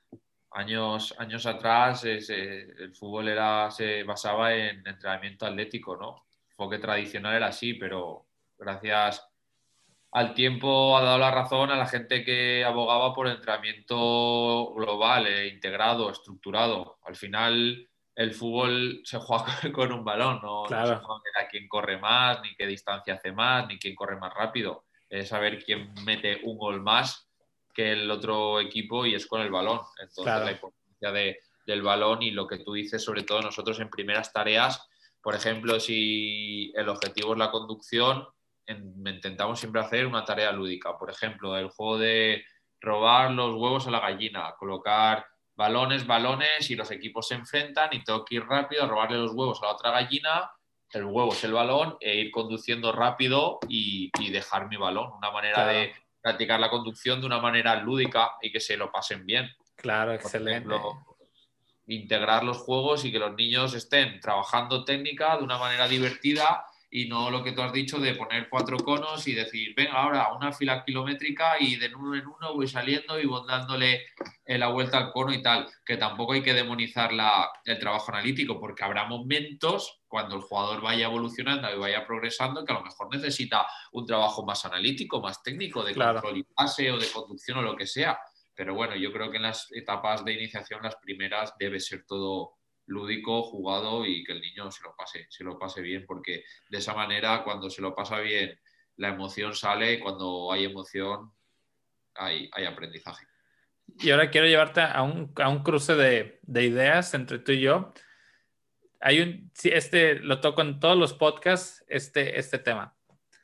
B: años, años atrás, es, eh, el fútbol era, se basaba en entrenamiento atlético, ¿no? El enfoque tradicional era así, pero gracias al tiempo ha dado la razón a la gente que abogaba por entrenamiento global, eh, integrado, estructurado. Al final el fútbol se juega con un balón, no, no se
A: Claro,
B: juega a quién corre más, ni qué distancia hace más, ni quién corre más rápido. Es saber quién mete un gol más que el otro equipo y es con el balón. Entonces la
A: claro,
B: importancia de, del balón y lo que tú dices, sobre todo nosotros en primeras tareas, por ejemplo, si el objetivo es la conducción, en, intentamos siempre hacer una tarea lúdica. Por ejemplo, el juego de robar los huevos a la gallina, colocar balones, balones y los equipos se enfrentan y tengo que ir rápido a robarle los huevos a la otra gallina, el huevo es el balón e ir conduciendo rápido y, y dejar mi balón. Una manera de
A: claro,
B: practicar la conducción de una manera lúdica y que se lo pasen bien.
A: claro,
B: Por ejemplo,
A: excelente.
B: integrar los juegos y que los niños estén trabajando técnica de una manera divertida y no lo que tú has dicho de poner cuatro conos y decir, venga, ahora una fila kilométrica y de uno en uno voy saliendo y voy dándole la vuelta al cono y tal, que tampoco hay que demonizar la, el trabajo analítico porque habrá momentos cuando el jugador vaya evolucionando y vaya progresando que a lo mejor necesita un trabajo más analítico, más técnico, de
A: Claro.
B: control y pase o de conducción o lo que sea. Pero bueno, yo creo que en las etapas de iniciación, las primeras, debe ser todo lúdico, jugado y que el niño se lo pase, se lo pase bien, porque de esa manera, cuando se lo pasa bien, la emoción sale y cuando hay emoción, hay, hay aprendizaje.
A: Y ahora quiero llevarte a un, a un cruce de, de ideas entre tú y yo. Hay un, sí, este lo toco en todos los podcasts, este, este tema.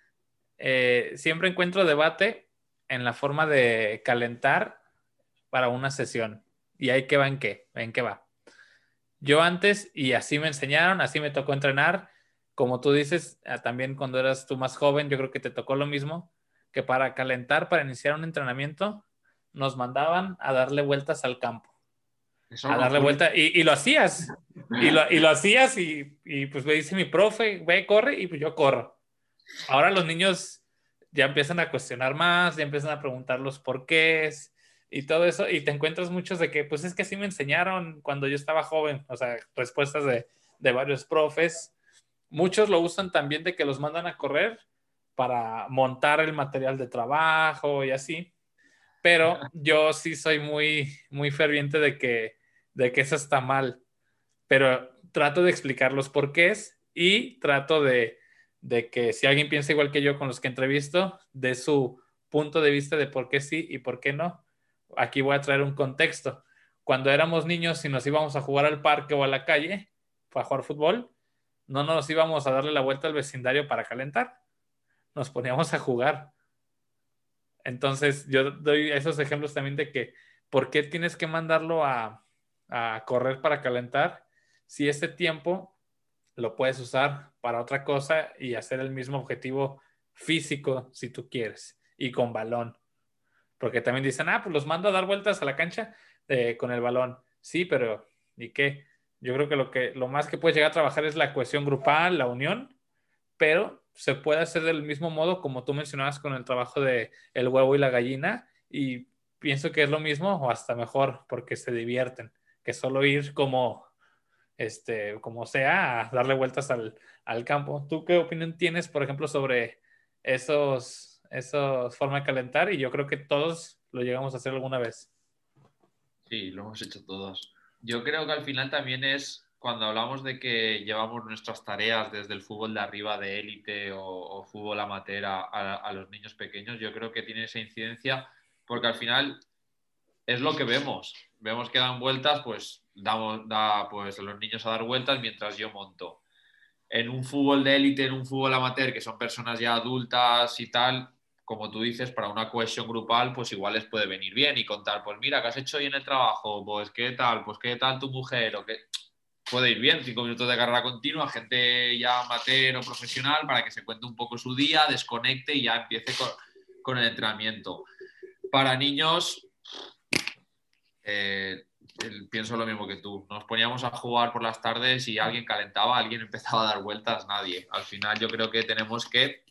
A: Eh, siempre encuentro debate en la forma de calentar para una sesión. Y ahí que va en qué, en qué va. Yo antes, y así me enseñaron, así me tocó entrenar, como tú dices, ah, también cuando eras tú más joven, yo creo que te tocó lo mismo, que para calentar, para iniciar un entrenamiento, nos mandaban a darle vueltas al campo,
B: Eso
A: a
B: no
A: darle
B: fue.
A: vuelta, y, y lo hacías, y lo, y lo hacías, y, y pues me dice mi profe, ve, corre, y pues yo corro. Ahora los niños ya empiezan a cuestionar más, ya empiezan a preguntar los porqués y todo eso, y te encuentras muchos de que, pues es que así me enseñaron cuando yo estaba joven, o sea, respuestas de, de varios profes. Muchos lo usan también de que los mandan a correr para montar el material de trabajo y así, pero yo sí soy muy, muy ferviente de que, de que eso está mal, pero trato de explicar los porqués y trato de, de que si alguien piensa igual que yo con los que entrevisto, de su punto de vista de por qué sí y por qué no. Aquí voy a traer un contexto. Cuando éramos niños y nos íbamos a jugar al parque o a la calle para jugar fútbol, no nos íbamos a darle la vuelta al vecindario para calentar, nos poníamos a jugar. Entonces, yo doy esos ejemplos también de que, ¿por qué tienes que mandarlo a, a correr para calentar si ese tiempo lo puedes usar para otra cosa y hacer el mismo objetivo físico si tú quieres y con balón? Porque también dicen, ah, pues los mando a dar vueltas a la cancha eh, con el balón. Sí, pero ¿y qué? Yo creo que lo, que lo más que puedes llegar a trabajar es la cohesión grupal, la unión, pero se puede hacer del mismo modo como tú mencionabas con el trabajo de el huevo y la gallina y pienso que es lo mismo o hasta mejor porque se divierten que solo ir como este como sea a darle vueltas al, al campo. ¿Tú qué opinión tienes, por ejemplo, sobre esos esos formas de calentar? Y yo creo que todos lo llegamos a hacer alguna vez.
B: Sí, lo hemos hecho todos. Yo creo que al final también es cuando hablamos de que llevamos nuestras tareas desde el fútbol de arriba de élite o, o fútbol amateur a, a- a los niños pequeños, yo creo que tiene esa incidencia porque al final es lo que vemos. Vemos que dan vueltas, pues damos da, pues, a los niños a dar vueltas mientras yo monto. En un fútbol de élite, en un fútbol amateur, que son personas ya adultas y tal, como tú dices, para una cohesión grupal, pues igual les puede venir bien y contar, pues mira, ¿qué has hecho hoy en el trabajo? Pues qué tal, pues qué tal tu mujer, o qué puede ir bien, cinco minutos de carrera continua, gente ya amateur o profesional, para que se cuente un poco su día, desconecte y ya empiece con, con el entrenamiento. Para niños, eh, pienso lo mismo que tú. Nos poníamos a jugar por las tardes y alguien calentaba, alguien empezaba a dar vueltas, nadie. Al final yo creo que tenemos que,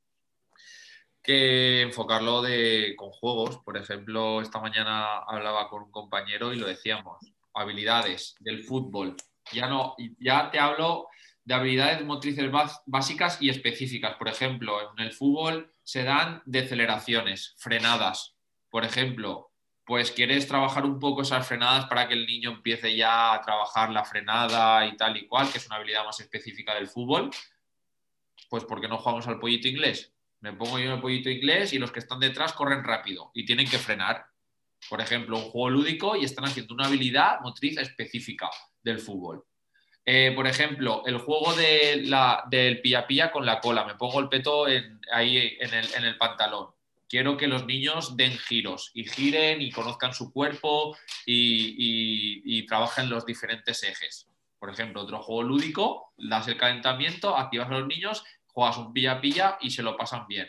B: que enfocarlo de, con juegos. Por ejemplo, esta mañana hablaba con un compañero y lo decíamos, habilidades del fútbol. Ya no, ya te hablo de habilidades motrices básicas y específicas. Por ejemplo, en el fútbol se dan deceleraciones, frenadas. Por ejemplo, pues quieres trabajar un poco esas frenadas para que el niño empiece ya a trabajar la frenada y tal y cual, que es una habilidad más específica del fútbol. Pues ¿por qué no jugamos al pollito inglés? Me pongo yo en el pollito inglés y los que están detrás corren rápido y tienen que frenar. Por ejemplo, un juego lúdico y están haciendo una habilidad motriz específica del fútbol. Eh, por ejemplo, el juego de la, del pilla-pilla con la cola. Me pongo el peto en, ahí en el, en el pantalón. Quiero que los niños den giros y giren y conozcan su cuerpo y, y, y trabajen los diferentes ejes. Por ejemplo, otro juego lúdico, das el calentamiento, activas a los niños, juegas un pilla-pilla y se lo pasan bien.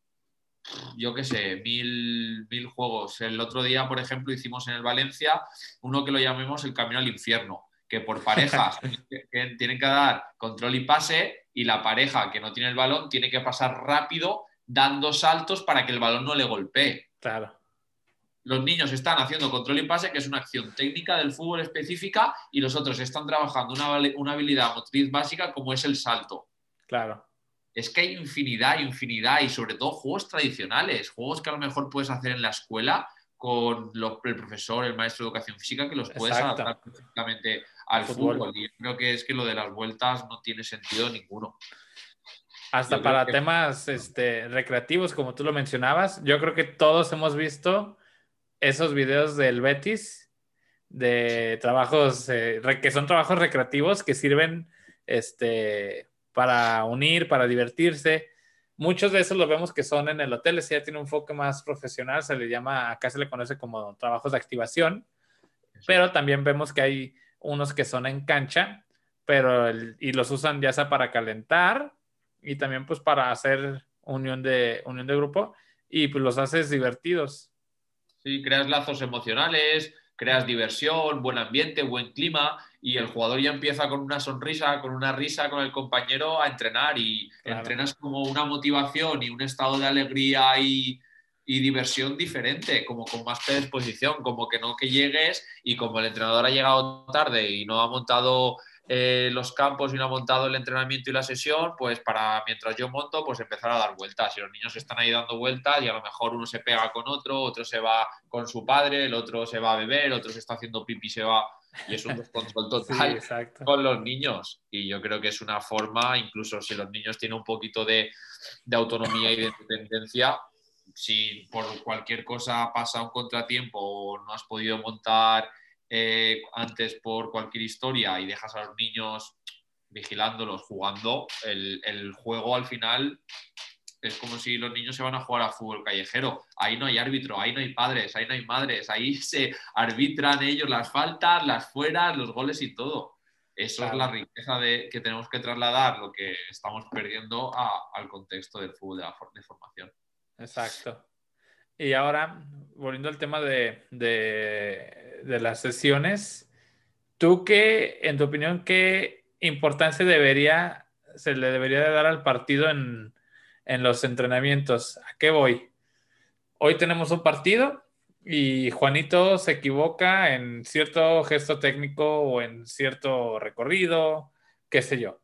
B: Yo qué sé, mil, mil juegos. El otro día, por ejemplo, hicimos en el Valencia uno que lo llamemos el camino al infierno, que por parejas que, que tienen que dar control y pase y la pareja que no tiene el balón tiene que pasar rápido dando saltos para que el balón no le golpee.
A: Claro.
B: Los niños están haciendo control y pase, que es una acción técnica del fútbol específica, y los otros están trabajando una, una habilidad motriz básica como es el salto.
A: Claro.
B: Es que hay infinidad, infinidad, y sobre todo juegos tradicionales, juegos que a lo mejor puedes hacer en la escuela con los, el profesor, el maestro de educación física, que los puedes
A: Exacto.
B: adaptar perfectamente al
A: Fútbol.
B: fútbol. Y yo creo que es que lo de las vueltas no tiene sentido ninguno.
A: Hasta
B: Yo creo
A: para
B: que...
A: temas este, recreativos, como tú lo mencionabas, yo creo que todos hemos visto esos videos del Betis de trabajos eh, que son trabajos recreativos que sirven este, para unir, para divertirse. Muchos de esos los vemos que son en el hotel, ese ya tiene un enfoque más profesional, se le llama, acá se le conoce como trabajos de activación, pero también vemos que hay unos que son en cancha, pero el, y los usan ya sea para calentar y también pues para hacer unión de, unión de grupo y pues los haces divertidos.
B: Sí, creas lazos emocionales, creas diversión, buen ambiente, buen clima y el jugador ya empieza con una sonrisa, con una risa con el compañero a entrenar y
A: Claro.
B: Entrenas como una motivación y un estado de alegría y, y diversión diferente, como con más predisposición, como que no que llegues y como el entrenador ha llegado tarde y no ha montado eh, los campos y no ha montado el entrenamiento y la sesión, pues para mientras yo monto, pues empezar a dar vueltas y los niños están ahí dando vueltas y a lo mejor uno se pega con otro, otro se va con su padre, el otro se va a beber, el otro se está haciendo pipí, se va y es un descontrol total
A: Sí,
B: con los niños y yo creo que es una forma, incluso si los niños tienen un poquito de, de autonomía y de independencia, si por cualquier cosa pasa un contratiempo o no has podido montar Eh, antes por cualquier historia y dejas a los niños vigilándolos, jugando, el, el juego al final es como si los niños se van a jugar a fútbol callejero. Ahí no hay árbitro, ahí no hay padres, ahí no hay madres, ahí se arbitran ellos las faltas, las fueras, los goles y todo. Eso claro. Es la riqueza de, que tenemos que trasladar, lo que estamos perdiendo a, al contexto del fútbol de, la, de formación.
A: Exacto. Y ahora, volviendo al tema de, de, de las sesiones, ¿tú qué, en tu opinión, qué importancia debería, se le debería de dar al partido en, en los entrenamientos? ¿A qué voy? Hoy tenemos un partido y Juanito se equivoca en cierto gesto técnico o en cierto recorrido, qué sé yo.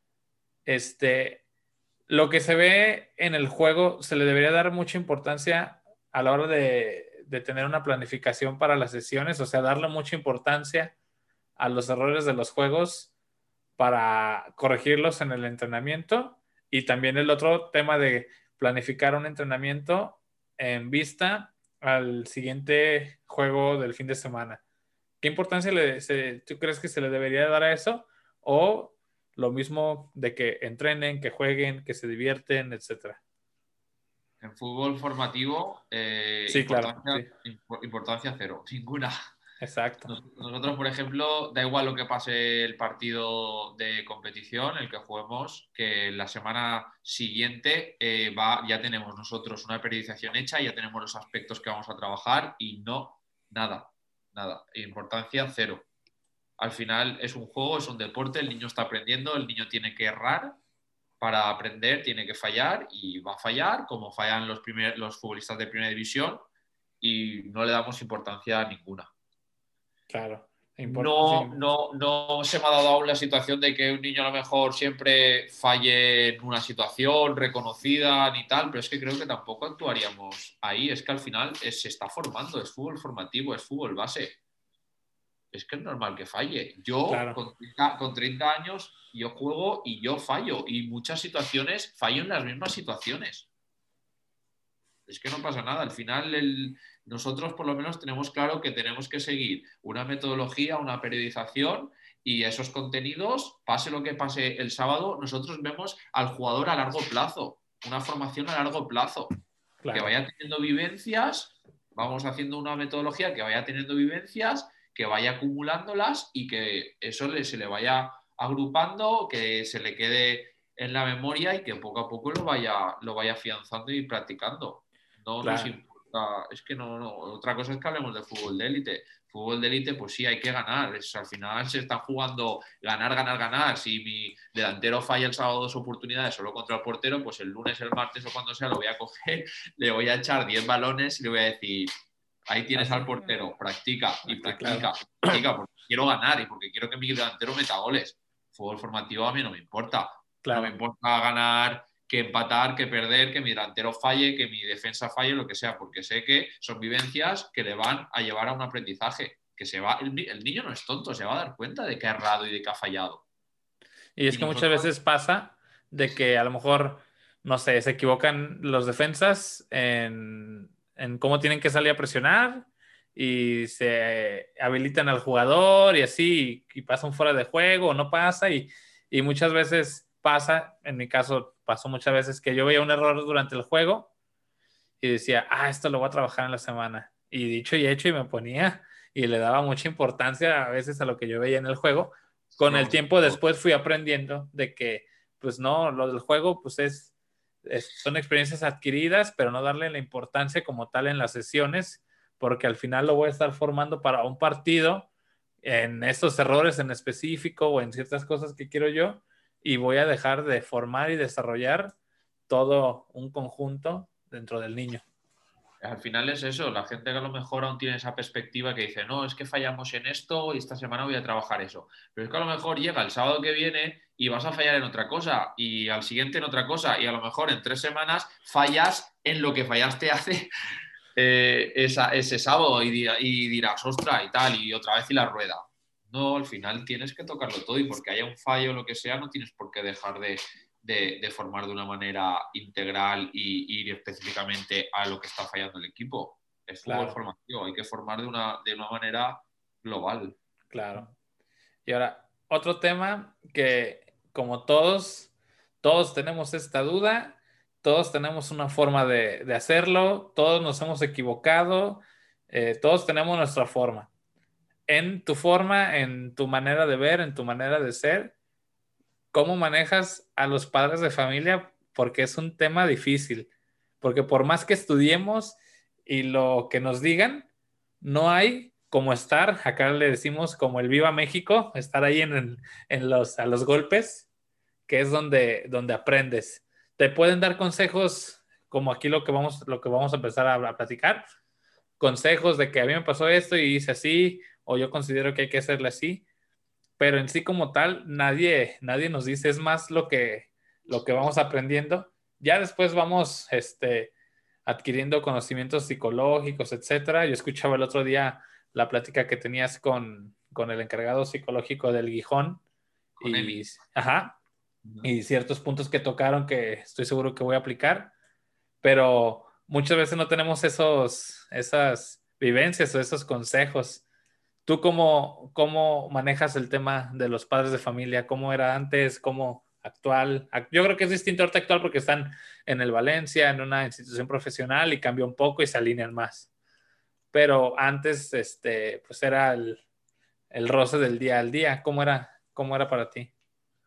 A: Este, lo que se ve en el juego se le debería dar mucha importancia a la hora de, de tener una planificación para las sesiones, o sea, darle mucha importancia a los errores de los juegos para corregirlos en el entrenamiento y también el otro tema de planificar un entrenamiento en vista al siguiente juego del fin de semana. ¿Qué importancia le, se, tú crees que se le debería dar a eso? ¿O lo mismo de que entrenen, que jueguen, que se divierten, etcétera?
B: En fútbol formativo, eh,
A: sí,
B: importancia,
A: claro, sí.
B: importancia cero, ninguna.
A: Exacto.
B: Nosotros, por ejemplo, da igual lo que pase el partido de competición, el que juguemos, que la semana siguiente eh, va, ya tenemos nosotros una periodización hecha, ya tenemos los aspectos que vamos a trabajar y no, nada, nada. Importancia cero. Al final es un juego, es un deporte, el niño está aprendiendo, el niño tiene que errar para aprender, tiene que fallar y va a fallar como fallan los, primer, los futbolistas de primera división y no le damos importancia ninguna.
A: Claro. Import- sí,
B: No, no, no se me ha dado aún la situación de que un niño a lo mejor siempre falle en una situación reconocida ni tal, pero es que creo que tampoco actuaríamos ahí. Es que al final es- se está formando, es fútbol formativo, es fútbol base. Es que es normal que falle. Yo
A: claro,
B: con treinta, con treinta años yo juego y yo fallo y muchas situaciones fallo en las mismas situaciones. Es que no pasa nada. Al final, el, nosotros por lo menos tenemos claro que tenemos que seguir una metodología, una periodización y esos contenidos, pase lo que pase el sábado, nosotros vemos al jugador a largo plazo, una formación a largo plazo, que
A: claro,
B: vaya teniendo vivencias, vamos haciendo una metodología que vaya teniendo vivencias, que vaya acumulándolas y que eso le, se le vaya agrupando, que se le quede en la memoria y que poco a poco lo vaya, lo vaya afianzando y practicando. No nos
A: claro,
B: importa, es que no, no. Otra cosa es que hablemos de fútbol de élite. Fútbol de élite, pues sí, hay que ganar. Es, al final se está jugando ganar, ganar, ganar. Si mi delantero falla el sábado dos oportunidades solo contra el portero, pues el lunes, el martes o cuando sea lo voy a coger, le voy a echar diez balones y le voy a decir, ahí tienes
A: así,
B: al portero, practica y
A: aquí, claro,
B: practica, practica, porque quiero ganar y porque quiero que mi delantero meta goles. Fútbol formativo a mí no me importa. No me
A: claro,
B: importa ganar, que empatar, que perder, que mi delantero falle, que mi defensa falle, lo que sea, porque sé que son vivencias que le van a llevar a un aprendizaje. Que se va, el, el niño no es tonto, se va a dar cuenta de que ha errado y de que ha fallado.
A: y es
B: Y
A: que muchas
B: nosotros,
A: veces pasa de que a lo mejor, no sé, se equivocan los defensas en, en cómo tienen que salir a presionar y se habilitan al jugador y así, y, y pasan fuera de juego o no pasa, y, y muchas veces pasa, en mi caso pasó muchas veces que yo veía un error durante el juego y decía, ah, esto lo voy a trabajar en la semana. Y dicho y hecho, y me ponía y le daba mucha importancia a veces a lo que yo veía en el juego. Con el
B: vamos,
A: tiempo después fui aprendiendo de que, pues no, lo del juego, pues es, es, son experiencias adquiridas, pero no darle la importancia como tal en las sesiones, porque al final lo voy a estar formando para un partido en estos errores en específico o en ciertas cosas que quiero yo, y voy a dejar de formar y desarrollar todo un conjunto dentro del niño.
B: al final es eso, la gente que a lo mejor aún tiene esa perspectiva que dice, no, es que fallamos en esto y esta semana voy a trabajar eso. Pero es que a lo mejor llega el sábado que viene y vas a fallar en otra cosa y al siguiente en otra cosa y a lo mejor en tres semanas fallas en lo que fallaste hace eh, esa, ese sábado y, y dirás, ostra y tal, y otra vez y la rueda. No, al final tienes que tocarlo todo y porque haya un fallo o lo que sea, no tienes por qué dejar de, de, de formar de una manera integral y ir específicamente a lo que está fallando el equipo. Es fútbol
A: Claro,
B: formativo, hay que formar de una, de una manera global.
A: claro. Y ahora, otro tema que como todos, todos tenemos esta duda, todos tenemos una forma de, de hacerlo, todos nos hemos equivocado, eh, todos tenemos nuestra forma. En tu forma, en tu manera de ver, en tu manera de ser, ¿cómo manejas a los padres de familia? Porque es un tema difícil, porque por más que estudiemos y lo que nos digan, no hay como estar, acá le decimos como el Viva México, estar ahí en, el- en los, a los golpes, que es donde, donde aprendes. Te pueden dar consejos como aquí lo que vamos, lo que vamos a empezar a, a platicar, consejos de que a mí me pasó esto y hice así, o yo considero que hay que hacerle así, pero en sí como tal, nadie, nadie nos dice, es más lo que, lo que vamos aprendiendo. Ya después vamos este, adquiriendo conocimientos psicológicos, etcétera. Yo escuchaba el otro día la plática que tenías con, con el encargado psicológico del Gijón
B: Con
A: y,
B: Emi.
A: ajá, y ciertos puntos que tocaron que estoy seguro que voy a aplicar, pero muchas veces no tenemos esos, esas vivencias o esos consejos. ¿Tú cómo, cómo manejas el tema de los padres de familia? ¿Cómo era antes? ¿Cómo actual? Yo creo que es distinto ahorita actual porque están en el Valencia, en una institución profesional y cambia un poco y se alinean más. Pero antes, este, pues era el, el roce del día al día. ¿Cómo era, cómo era para ti?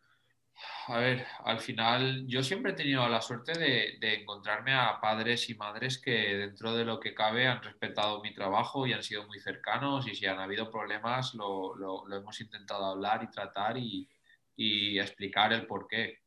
B: A ver, al final yo siempre he tenido la suerte de, de encontrarme a padres y madres que dentro de lo que cabe han respetado mi trabajo y han sido muy cercanos y si han habido problemas lo, lo- lo hemos intentado hablar y tratar y, y explicar el porqué.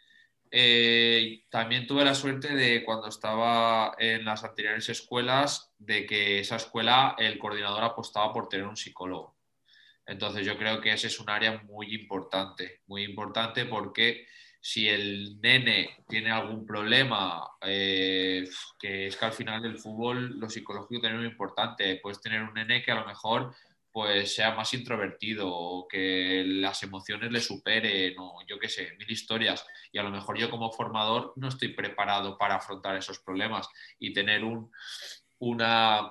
B: Eh, también tuve la suerte de cuando estaba en las anteriores escuelas de que esa escuela el coordinador apostaba por tener un psicólogo. Entonces yo creo que ese es un área muy importante, muy importante porque si el nene tiene algún problema, eh, que es que al final del fútbol lo psicológico también es muy importante. Puedes tener un nene que a lo mejor pues sea más introvertido o que las emociones le superen o yo qué sé, mil historias. Y a lo mejor yo como formador no estoy preparado para afrontar esos problemas y tener un, una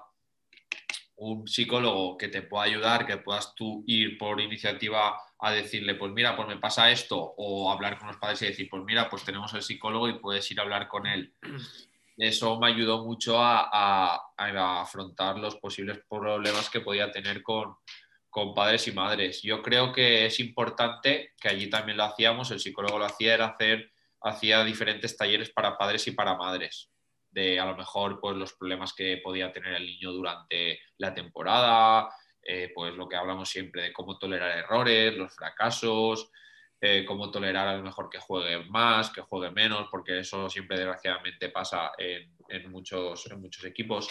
B: un psicólogo que te pueda ayudar, que puedas tú ir por iniciativa a decirle, pues mira, pues me pasa esto, o hablar con los padres y decir, pues mira, pues tenemos el psicólogo y puedes ir a hablar con él. Eso me ayudó mucho a, a, a afrontar los posibles problemas que podía tener con, con padres y madres. Yo creo que es importante, que allí también lo hacíamos, el psicólogo lo hacía, era hacer, hacía diferentes talleres para padres y para madres de a lo mejor pues los problemas que podía tener el niño durante la temporada, eh, pues lo que hablamos siempre de cómo tolerar errores, los fracasos, eh, cómo tolerar a lo mejor que juegue más, que juegue menos, porque eso siempre desgraciadamente pasa en, en muchos, en muchos equipos.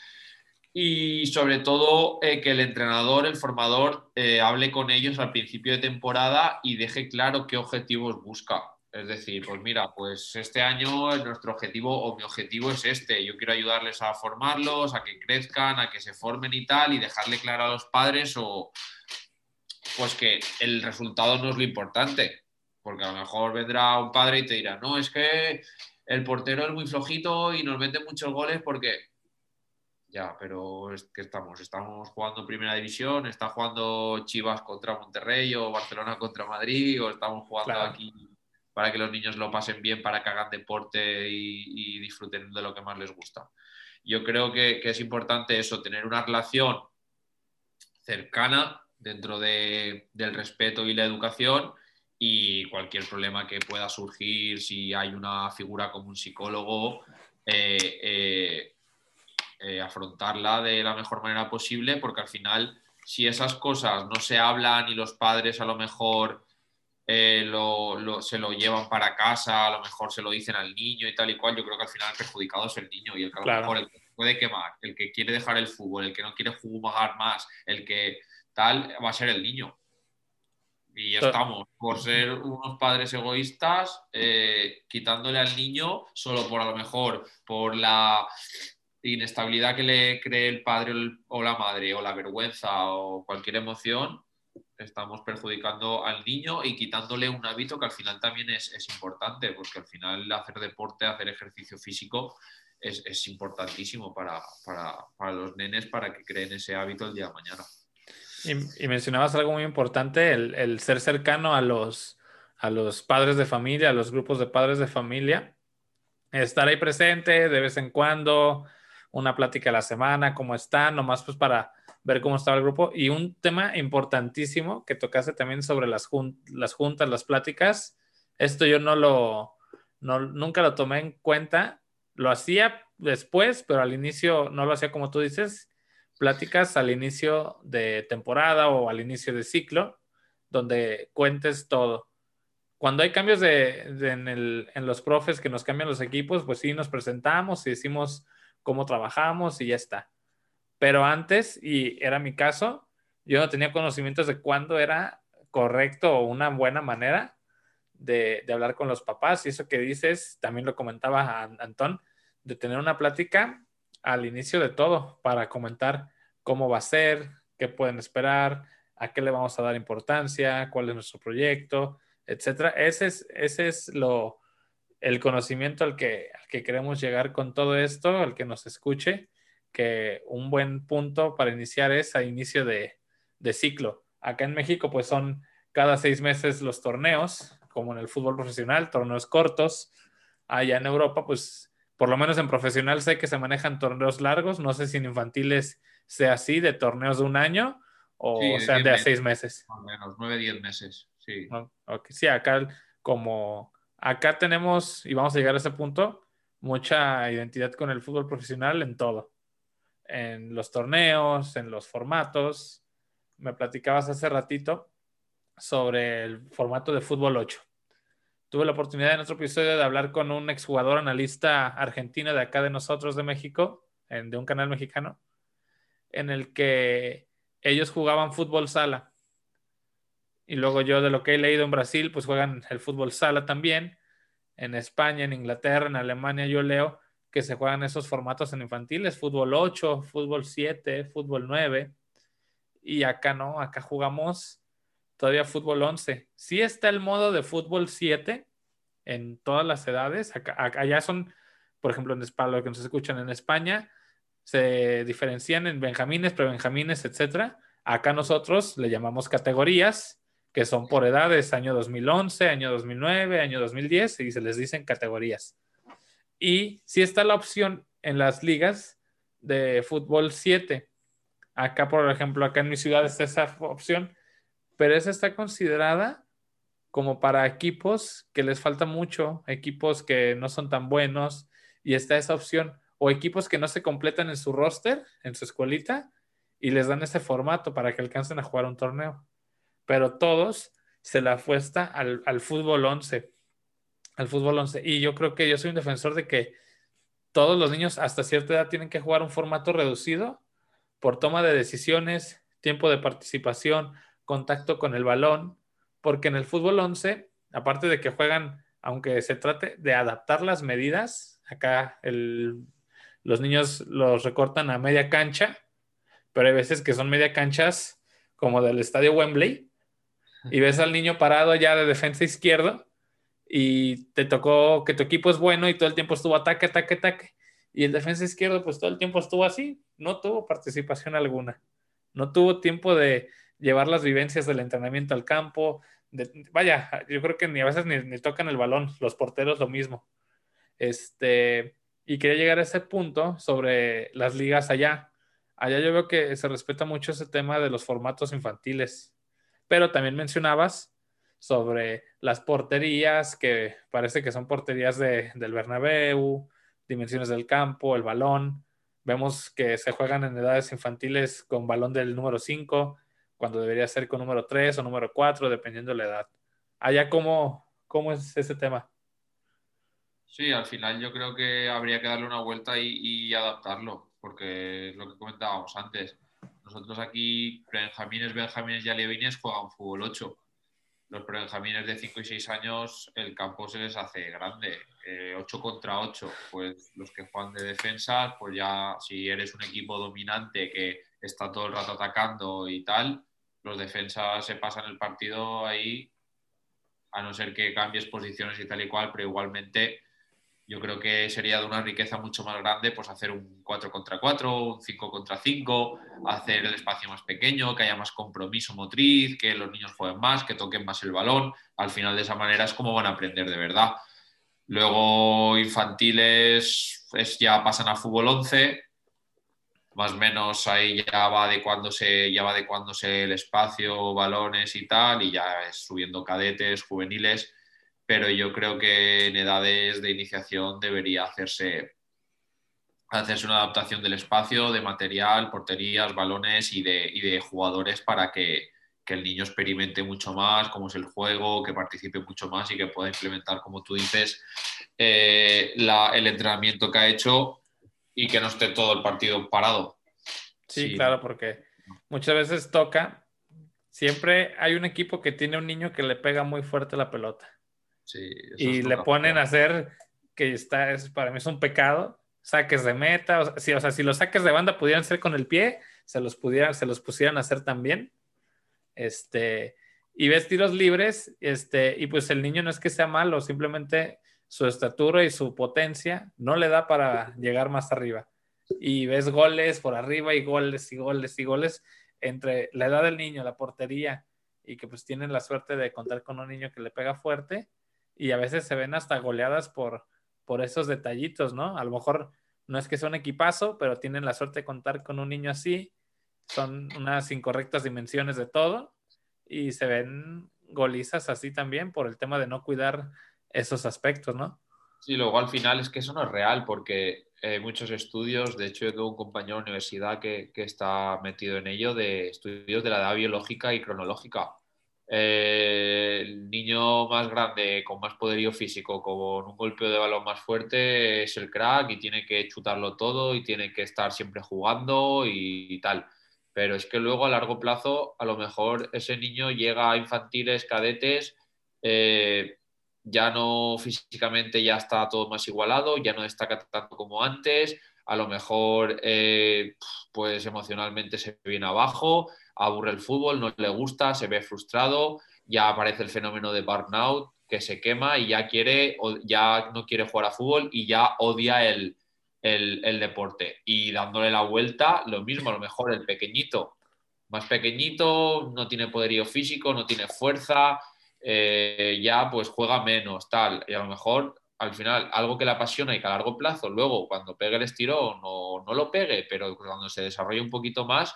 B: Y sobre todo eh, que el entrenador, el formador, eh, hable con ellos al principio de temporada y deje claro qué objetivos busca. Es decir, pues mira, pues este año nuestro objetivo o mi objetivo es este. Yo quiero ayudarles a formarlos, a que crezcan, a que se formen y tal, y dejarle claro a los padres o pues que el resultado no es lo importante. Porque a lo mejor vendrá un padre y te dirá, no, es que el portero es muy flojito y nos mete muchos goles porque ya, pero es que estamos, estamos jugando Primera División, está jugando Chivas contra Monterrey o Barcelona contra Madrid, o estamos jugando
A: Claro.
B: aquí para que los niños lo pasen bien, para que hagan deporte y, y disfruten de lo que más les gusta. Yo creo que, que es importante eso, tener una relación cercana dentro de, del respeto y la educación y cualquier problema que pueda surgir, si hay una figura como un psicólogo, eh, eh, eh, afrontarla de la mejor manera posible, porque al final, si esas cosas no se hablan y los padres a lo mejor eh, lo, lo, se lo llevan para casa, a lo mejor se lo dicen al niño y tal y cual, yo creo que al final el perjudicado es el niño y el que a lo mejor
A: Claro.
B: el que puede quemar, el que quiere dejar el fútbol, el que no quiere jugar más, el que tal, va a ser el niño. Y ya
A: To-
B: estamos, por ser unos padres egoístas, eh, quitándole al niño solo por a lo mejor por la inestabilidad que le cree el padre o la madre o la vergüenza o cualquier emoción, estamos perjudicando al niño y quitándole un hábito que al final también es, es importante, porque al final hacer deporte, hacer ejercicio físico es, es importantísimo para, para, para los nenes para que creen ese hábito el día de mañana.
A: Y, y mencionabas algo muy importante, el, el ser cercano a los, a los padres de familia, a los grupos de padres de familia, estar ahí presente de vez en cuando, una plática a la semana, cómo están, nomás pues para ver cómo estaba el grupo. Y un tema importantísimo que tocaste también sobre las, jun las juntas, las pláticas, esto yo no lo, no, nunca lo tomé en cuenta, lo hacía después, pero al inicio no lo hacía como tú dices, pláticas al inicio de temporada o al inicio de ciclo, donde cuentes todo. Cuando hay cambios de, de en, el, en los profes que nos cambian los equipos, pues sí nos presentamos y decimos cómo trabajamos y ya está. Pero antes, y era mi caso, yo no tenía conocimientos de cuándo era correcto o una buena manera de, de hablar con los papás. Y eso que dices, también lo comentaba Antón, de tener una plática al inicio de todo para comentar cómo va a ser, qué pueden esperar, a qué le vamos a dar importancia, cuál es nuestro proyecto, etcétera. Ese es, ese es lo, el conocimiento al que, al que queremos llegar con todo esto, al que nos escuche, que un buen punto para iniciar es a inicio de, de ciclo. Acá en México, pues son cada seis meses los torneos, como en el fútbol profesional, torneos cortos. Allá en Europa, pues por lo menos en profesional sé que se manejan torneos largos. No sé si en infantiles sea así, de torneos de un año
B: Sí,
A: o
B: de
A: sean
B: diez
A: de a
B: meses,
A: seis meses.
B: más o menos, nueve diez meses, sí.
A: ¿No? Okay. Sí, acá como acá tenemos, y vamos a llegar a ese punto, mucha identidad con el fútbol profesional en todo, en los torneos, en los formatos. Me platicabas hace ratito sobre el formato de fútbol ocho. Tuve la oportunidad en otro episodio de hablar con un exjugador analista argentino de acá de nosotros, de México, en, de un canal mexicano, en el que ellos jugaban fútbol sala. Y luego yo de lo que he leído en Brasil, pues juegan el fútbol sala también. En España, en Inglaterra, en Alemania, yo leo que se juegan esos formatos en infantiles, fútbol ocho, fútbol siete, fútbol nueve. Y acá no, acá jugamos todavía fútbol once. Sí está el modo de fútbol siete en todas las edades. Acá, acá- allá son, por ejemplo, en España, lo que nos escuchan en España, se diferencian en benjamines, prebenjamines, etcétera. Acá nosotros le llamamos categorías, que son por edades, año dos mil once, año dos mil nueve, año dos mil diez, y se les dicen categorías. Y sí está la opción en las ligas de fútbol siete. Acá, por ejemplo, acá en mi ciudad está esa opción, pero esa está considerada como para equipos que les falta mucho, equipos que no son tan buenos, y está esa opción, o equipos que no se completan en su roster, en su escuelita, y les dan ese formato para que alcancen a jugar un torneo. Pero todos se la apuesta al, al fútbol once, al fútbol once. Y yo creo que yo soy un defensor de que todos los niños hasta cierta edad tienen que jugar un formato reducido por toma de decisiones, tiempo de participación, contacto con el balón, porque en el fútbol once, aparte de que juegan, aunque se trate de adaptar las medidas, acá el, los niños los recortan a media cancha, pero hay veces que son media canchas como del estadio Wembley, y ves al niño parado ya de defensa izquierdo y te tocó que tu equipo es bueno y todo el tiempo estuvo ataque, ataque, ataque. Y el defensa izquierdo, pues todo el tiempo estuvo así, no tuvo participación alguna. No tuvo tiempo de llevar las vivencias del entrenamiento al campo. De, vaya, yo creo que ni a veces ni, ni tocan el balón, los porteros lo mismo. Este, y quería llegar a ese punto sobre las ligas allá. Allá yo veo que se respeta mucho ese tema de los formatos infantiles. Pero también mencionabas sobre las porterías, que parece que son porterías de, del Bernabéu, dimensiones del campo, el balón. Vemos que se juegan en edades infantiles con balón del número cinco, cuando debería ser con número tres o número cuatro, dependiendo de la edad. Allá, ¿cómo, cómo es ese tema?
B: Sí, al final yo creo que habría que darle una vuelta y, y adaptarlo, porque es lo que comentábamos antes. Nosotros aquí, Benjamines, Benjamines y Alevines juegan fútbol ocho. Los Benjamines de cinco y seis años, el campo se les hace grande. Eh, ocho contra ocho, pues los que juegan de defensa, pues ya si eres un equipo dominante que está todo el rato atacando y tal, los defensas se pasan el partido ahí, a no ser que cambies posiciones y tal y cual, pero igualmente yo creo que sería de una riqueza mucho más grande pues hacer un cuatro contra cuatro, un cinco contra cinco, hacer el espacio más pequeño, que haya más compromiso motriz, que los niños jueguen más, que toquen más el balón. Al final de esa manera es como van a aprender de verdad. Luego infantiles es, ya pasan a fútbol once, más o menos ahí ya va adecuándose, ya va adecuándose el espacio, balones y tal, y ya es subiendo cadetes, juveniles, pero yo creo que en edades de iniciación debería hacerse, hacerse una adaptación del espacio, de material, porterías, balones y de, y de jugadores para que, que el niño experimente mucho más cómo es el juego, que participe mucho más y que pueda implementar, como tú dices, eh, la, el entrenamiento que ha hecho y que no esté todo el partido parado.
A: Sí,
B: Sí,
A: claro, porque muchas veces toca, siempre hay un equipo que tiene un niño que le pega muy fuerte la pelota
B: sí, eso
A: y
B: es
A: le
B: nunca
A: ponen
B: falla.
A: a hacer, que está, es, para mí es un pecado, saques de meta, o sea, si, o sea, si los saques de banda pudieran ser con el pie, se los, pudieran, se los pusieran a hacer también, este, y ves tiros libres, este, y pues el niño no es que sea malo, simplemente su estatura y su potencia no le da para llegar más arriba. Y ves goles por arriba y goles y goles y goles entre la edad del niño, la portería, y que pues tienen la suerte de contar con un niño que le pega fuerte, y a veces se ven hasta goleadas por, por esos detallitos, ¿no? A lo mejor no es que sea un equipazo, pero tienen la suerte de contar con un niño así, son unas incorrectas dimensiones de todo, y se ven golizas así también por el tema de no cuidar esos aspectos, ¿no?
B: Sí, luego al final es que eso no es real porque eh, muchos estudios, de hecho yo tengo un compañero de universidad que, que está metido en ello, de estudios de la edad biológica y cronológica. Eh, el niño más grande, con más poderío físico, con un golpeo de balón más fuerte, es el crack y tiene que chutarlo todo y tiene que estar siempre jugando y, y tal. pero es que luego a largo plazo a lo mejor ese niño llega a infantiles, cadetes, eh, ya no físicamente ya está todo más igualado, ya no destaca tanto como antes, a lo mejor eh, pues emocionalmente se viene abajo, aburre el fútbol, no le gusta, se ve frustrado, ya aparece el fenómeno de burnout, que se quema y ya quiere, ya no quiere jugar a fútbol y ya odia el, el, el deporte. Y dándole la vuelta, lo mismo, a lo mejor el pequeñito, más pequeñito, no tiene poderío físico, no tiene fuerza, eh, ya pues juega menos, tal. Y a lo mejor al final algo que le apasiona y que a largo plazo, luego cuando pegue el estirón o no lo pegue, pero cuando se desarrolle un poquito más,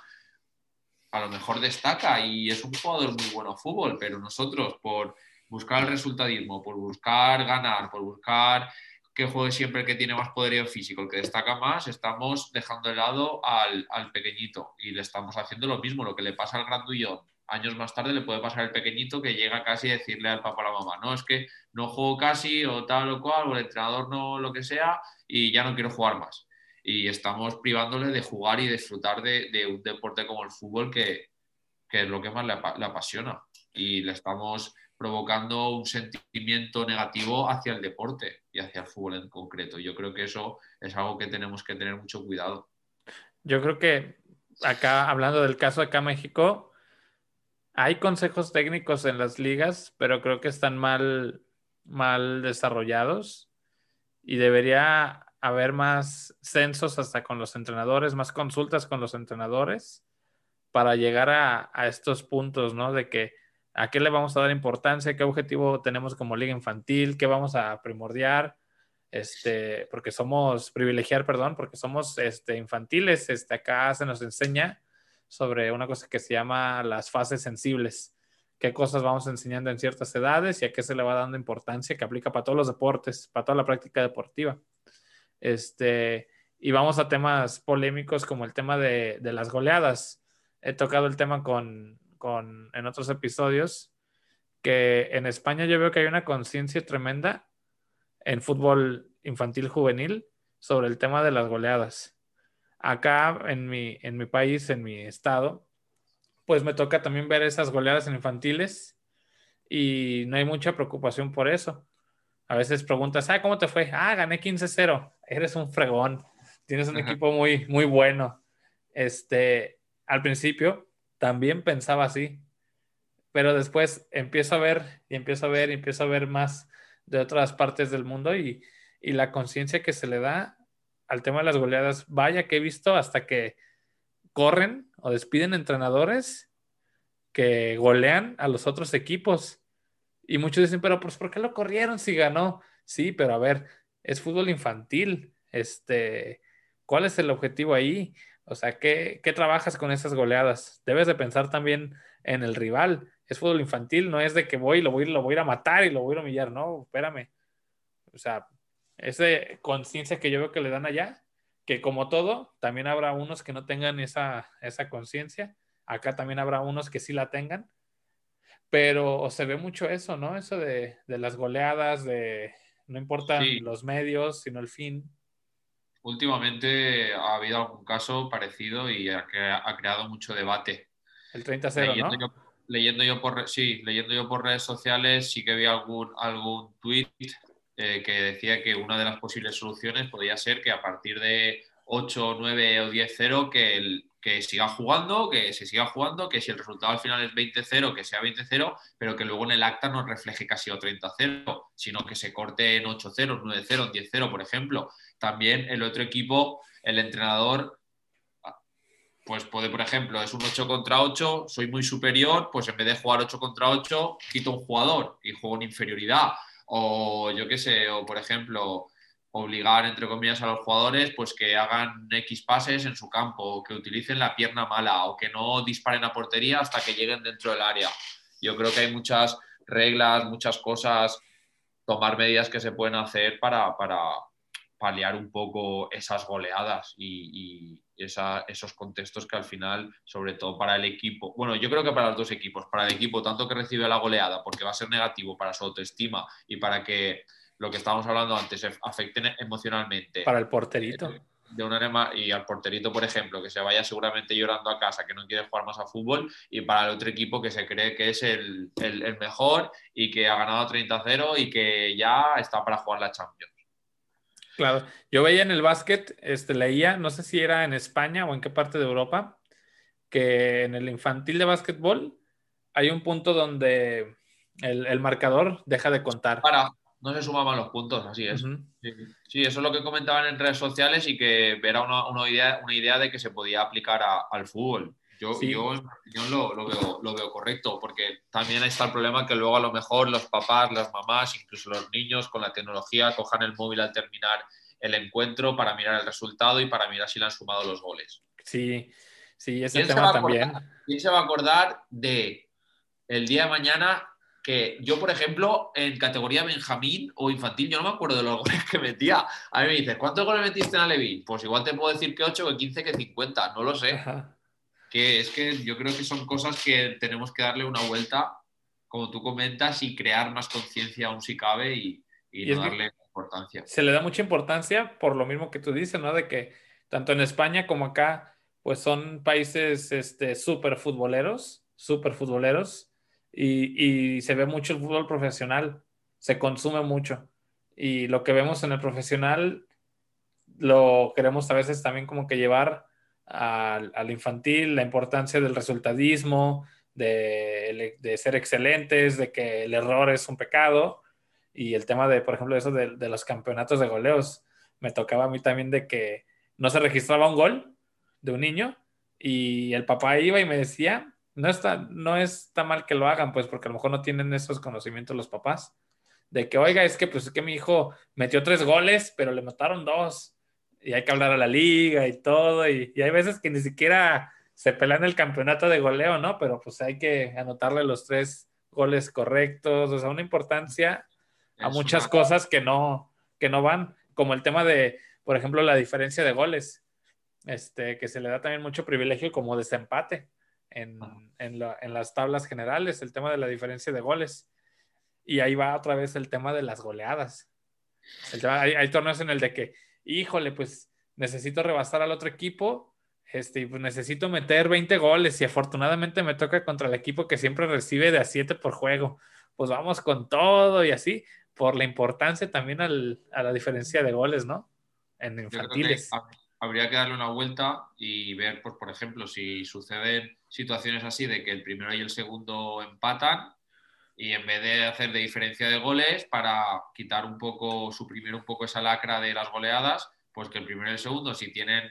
B: a lo mejor destaca y es un jugador muy bueno a fútbol, pero nosotros por buscar el resultadismo, por buscar ganar, por buscar que juegue siempre el que tiene más poderío físico, el que destaca más, estamos dejando de lado al, al pequeñito y le estamos haciendo lo mismo, lo que le pasa al grandullón. Años más tarde le puede pasar al pequeñito que llega casi a decirle al papá o a la mamá, no, es que no juego casi o tal o cual, o el entrenador no lo que sea y ya no quiero jugar más. Y estamos privándole de jugar y disfrutar de, de un deporte como el fútbol que, que es lo que más le, le, apasiona y le estamos provocando un sentimiento negativo hacia el deporte y hacia el fútbol en concreto. Yo creo que eso es algo que tenemos que tener mucho cuidado.
A: Yo creo que acá, hablando del caso acá en México, hay consejos técnicos en las ligas, pero creo que están mal, mal desarrollados y debería haber más censos hasta con los entrenadores, más consultas con los entrenadores para llegar a, a estos puntos, ¿no? De que a qué le vamos a dar importancia, qué objetivo tenemos como liga infantil, qué vamos a primordiar, este, porque somos, privilegiar, perdón, porque somos este, infantiles, este, acá se nos enseña sobre una cosa que se llama las fases sensibles, qué cosas vamos enseñando en ciertas edades y a qué se le va dando importancia, que aplica para todos los deportes, para toda la práctica deportiva. Este, y vamos a temas polémicos como el tema de, de las goleadas. He tocado el tema con, con, en otros episodios, que en España yo veo que hay una conciencia tremenda en fútbol infantil juvenil sobre el tema de las goleadas. Acá en mi, en mi país, en mi estado, pues me toca también ver esas goleadas en infantiles y no hay mucha preocupación por eso. A veces preguntas, ah, ¿cómo te fue? Ah, gané quince cero. Eres un fregón. Tienes un
B: Ajá.
A: equipo muy, muy bueno. Este, al principio también pensaba así, pero después empiezo a ver y empiezo a ver y empiezo a ver más de otras partes del mundo y, y la conciencia que se le da al tema de las goleadas, vaya que he visto hasta que corren o despiden entrenadores que golean a los otros equipos. Y muchos dicen, pero pues ¿por qué lo corrieron si ganó? Sí, pero a ver, es fútbol infantil. Este, ¿cuál es el objetivo ahí? O sea, ¿qué, qué trabajas con esas goleadas? Debes de pensar también en el rival. Es fútbol infantil, no es de que voy, lo voy, lo voy a ir a matar y lo voy a ir a humillar. No, espérame. O sea, esa conciencia que yo veo que le dan allá, que como todo, también habrá unos que no tengan esa, esa conciencia. Acá también habrá unos que sí la tengan, pero se ve mucho eso, ¿no? Eso de, de las goleadas, de no importan
B: Sí,
A: los medios, sino el fin.
B: últimamente ha habido algún caso parecido y ha, crea- ha creado mucho debate.
A: El treinta cero,
B: Leyendo
A: ¿no?
B: yo, leyendo yo por, re- sí, leyendo yo por redes sociales sí que vi algún, algún tweet eh, que decía que una de las posibles soluciones podría ser que a partir de ocho, nueve o diez cero que, el, que siga jugando, que se siga jugando, que si el resultado al final es veinte cero, que sea veinte cero, pero que luego en el acta no refleje casi o treinta cero, sino que se corte en ocho cero, nueve cero, diez cero, por ejemplo. También el otro equipo, el entrenador pues puede, por ejemplo, es un ocho contra ocho, soy muy superior, pues en vez de jugar ocho contra ocho, quito un jugador y juego en inferioridad. O yo qué sé, o por ejemplo, obligar, entre comillas, a los jugadores pues que hagan X pases en su campo, o que utilicen la pierna mala, o que no disparen a portería hasta que lleguen dentro del área. Yo creo que hay muchas reglas, muchas cosas, tomar medidas que se pueden hacer para, para paliar un poco esas goleadas y, y esa, esos contextos que al final, sobre todo para el equipo, bueno, yo creo que para los dos equipos, para el equipo tanto que recibe la goleada, porque va a ser negativo para su autoestima y para que lo que estábamos hablando antes afecte emocionalmente,
A: Para el
B: eh,
A: porterito.
B: de una arema y al porterito, por ejemplo, que se vaya seguramente llorando a casa, que no quiere jugar más a fútbol, y para el otro equipo que se cree que es el, el, el mejor y que ha ganado treinta a cero y que ya está para jugar la Champions.
A: Claro, yo veía en el básquet, este, leía, no sé si era en España o en qué parte de Europa, que en el infantil de básquetbol hay un punto donde el, el marcador deja de contar.
B: Para, no se sumaban los puntos, así es.
A: Uh-huh.
B: Sí, sí, eso es lo que comentaban en redes sociales y que era una, una, idea, una idea de que se podía aplicar a, al fútbol. Yo,
A: Sí.
B: yo en mi opinión, lo, lo, veo, lo veo correcto, porque también está el problema que luego a lo mejor los papás, las mamás, incluso los niños con la tecnología cojan el móvil al terminar el encuentro para mirar el resultado y para mirar si le han sumado los goles.
A: Sí, sí, ese
B: ¿Quién
A: tema
B: se
A: también.
B: Acordar, ¿Quién se va a acordar de el día de mañana? Que yo, por ejemplo, en categoría Benjamín o infantil, yo no me acuerdo de los goles que metía. A mí me dices, ¿cuántos goles metiste en Alevín? Pues igual te puedo decir que ocho, que quince, que cincuenta, no lo sé.
A: Ajá.
B: Que es que yo creo que son cosas que tenemos que darle una vuelta, como tú comentas, y crear más conciencia aún si cabe y, y, y no darle importancia.
A: Se le da mucha importancia por lo mismo que tú dices, ¿no? De que tanto en España como acá, pues son países este, súper futboleros, súper futboleros. Y, y se ve mucho el fútbol profesional, se consume mucho. Y lo que vemos en el profesional lo queremos a veces también como que llevar al, al infantil, la importancia del resultadismo, de, de ser excelentes, de que el error es un pecado. Y el tema de, por ejemplo, eso de, de los campeonatos de goleos, me tocaba a mí también de que no se registraba un gol de un niño y el papá iba y me decía, no está, no está mal que lo hagan, pues porque a lo mejor no tienen esos conocimientos los papás, de que, oiga, es que pues es que mi hijo metió tres goles, pero le mataron dos y hay que hablar a la liga y todo, y, y hay veces que ni siquiera se pelean el campeonato de goleo, ¿no? Pero pues hay que anotarle los tres goles correctos, o sea, una importancia a
B: Es
A: muchas
B: una...
A: cosas que no, que no van, como el tema de, por ejemplo, la diferencia de goles, este, que se le da también mucho privilegio como desempate en, en, la, en las tablas generales, el tema de la diferencia de goles. Y ahí va otra vez el tema de las goleadas. El tema, hay, hay torneos en el de que, híjole, pues necesito rebasar al otro equipo, este, pues necesito meter veinte goles y afortunadamente me toca contra el equipo que siempre recibe de a siete por juego. Pues vamos con todo y así, por la importancia también al, a la diferencia de goles, ¿no? En infantiles.
B: Yo creo que habría que darle una vuelta y ver, pues, por ejemplo, si suceden situaciones así de que el primero y el segundo empatan y en vez de hacer de diferencia de goles para quitar un poco, suprimir un poco esa lacra de las goleadas, pues que el primero y el segundo, si tienen,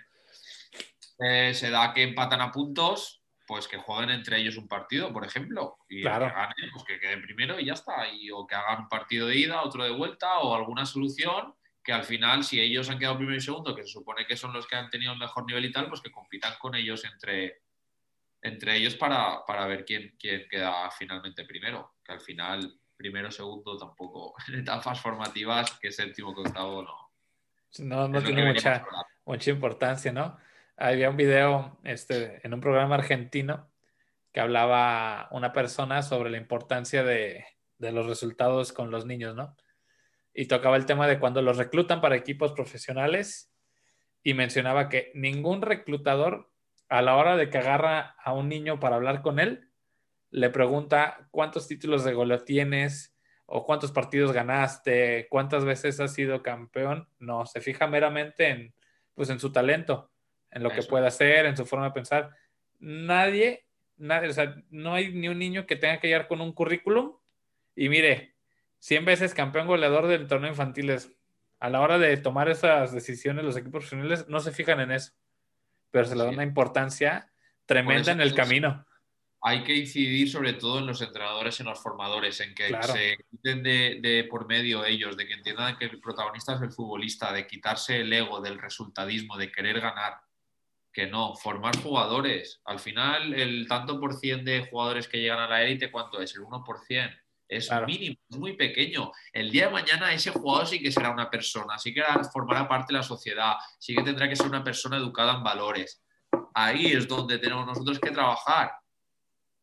B: eh, se da que empatan a puntos, pues que jueguen entre ellos un partido, por ejemplo, y
A: claro.
B: el que gane, pues que quede primero y ya está, y, o que hagan un partido de ida, otro de vuelta, o alguna solución que al final, si ellos han quedado primero y segundo, que se supone que son los que han tenido el mejor nivel y tal, pues que compitan con ellos entre, entre ellos para, para ver quién, quién queda finalmente primero, que al final primero, segundo tampoco, en etapas formativas, que séptimo, que octavo, no.
A: No, no tiene mucha, mucha importancia, ¿no? Había un video este, en un programa argentino que hablaba una persona sobre la importancia de, de los resultados con los niños, ¿no? Y tocaba el tema de cuando los reclutan para equipos profesionales y mencionaba que ningún reclutador a la hora de que agarra a un niño para hablar con él, le pregunta cuántos títulos de goleo tienes o cuántos partidos ganaste, cuántas veces has sido campeón. No, se fija meramente en, pues, en su talento, en lo Eso. que puede hacer, en su forma de pensar. Nadie, nadie, o sea, no hay ni un niño que tenga que llegar con un currículum y mire, cien veces campeón goleador del torneo infantiles. A la hora de tomar esas decisiones, los equipos profesionales no se fijan en eso, pero se le da una importancia tremenda en el camino.
B: Hay que incidir sobre todo en los entrenadores y en los formadores, en que claro. se quiten de, de por medio ellos, de que entiendan que el protagonista es el futbolista, de quitarse el ego del resultadismo, de querer ganar. Que no, formar jugadores. Al final, el tanto por cien de jugadores que llegan a la élite, ¿cuánto es? El uno por cien. Es claro. mínimo, es muy pequeño. El día de mañana ese jugador sí que será una persona, sí que formará parte de la sociedad, sí que tendrá que ser una persona educada en valores. Ahí es donde tenemos nosotros que trabajar.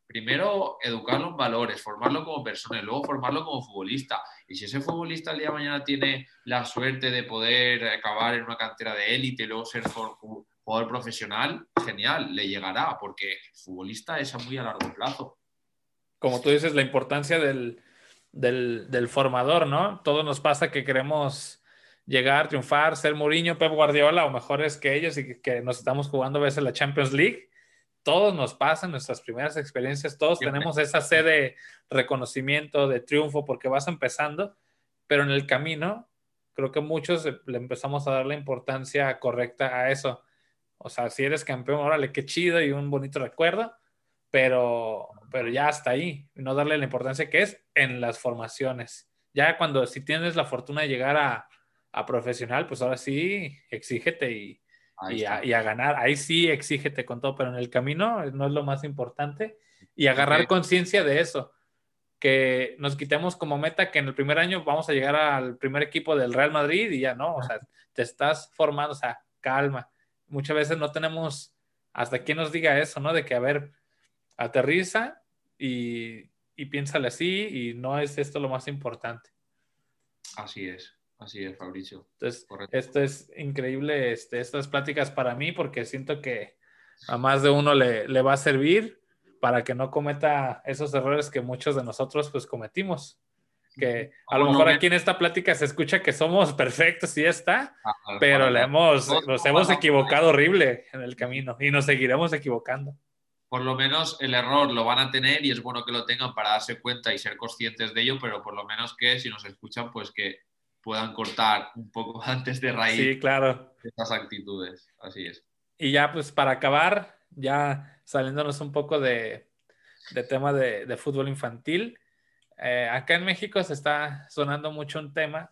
B: primero educarlo en valores, formarlo como persona y luego formarlo como futbolista. Y si ese futbolista el día de mañana tiene la suerte de poder acabar en una cantera de élite y luego ser jugador profesional, genial, le llegará, porque el futbolista es a muy a largo plazo.
A: Como tú dices, la importancia del, del, del formador, ¿no? Todo nos pasa que queremos llegar, triunfar, ser Mourinho, Pep Guardiola o mejores que ellos y que, que nos estamos jugando a veces la Champions League. Todos nos pasan nuestras primeras experiencias, todos
B: Siempre.
A: tenemos esa sed de reconocimiento, de triunfo, porque vas empezando, pero en el camino creo que muchos le empezamos a dar la importancia correcta a eso. O sea, si eres campeón, órale, qué chido y un bonito recuerdo, pero, pero ya hasta ahí, no darle la importancia que es en las formaciones. Ya cuando, si tienes la fortuna de llegar a, a profesional, pues ahora sí, exígete y, y a, y a ganar. Ahí sí, exígete con todo, pero en el camino no es lo más importante. Y agarrar conciencia de eso, que nos quitemos como meta que en el primer año vamos a llegar al primer equipo del Real Madrid y ya no, o sea, te estás formando, o sea, calma. Muchas veces no tenemos hasta quien nos diga eso, ¿no? De que, a ver, aterriza y, y piénsale así y no es esto lo más importante.
B: Así es, así es, Fabricio.
A: Entonces, correcto. Esto es increíble, este, estas pláticas para mí, porque siento que a más de uno le, le va a servir para que no cometa esos errores que muchos de nosotros pues cometimos. Que a lo mejor aquí en esta plática se escucha que somos perfectos y ya está, ah, pero le hemos, nos hemos equivocado horrible en el camino y nos seguiremos equivocando.
B: Por lo menos el error lo van a tener y es bueno que lo tengan para darse cuenta y ser conscientes de ello, pero por lo menos que si nos escuchan, pues que puedan cortar un poco antes de raíz.
A: Sí, claro.
B: Estas actitudes, así es.
A: Y ya pues para acabar, ya saliéndonos un poco de, de tema de, de fútbol infantil, eh, acá en México se está sonando mucho un tema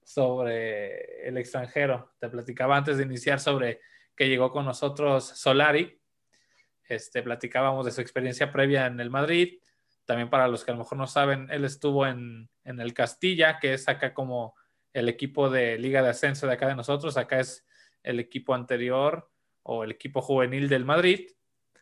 A: sobre el extranjero. Te platicaba antes de iniciar sobre que llegó con nosotros Solari. Este, platicábamos de su experiencia previa en el Madrid. También para los que a lo mejor no saben, él estuvo en, en el Castilla, que es acá como el equipo de Liga de Ascenso de acá de nosotros. Acá es el equipo anterior o el equipo juvenil del Madrid.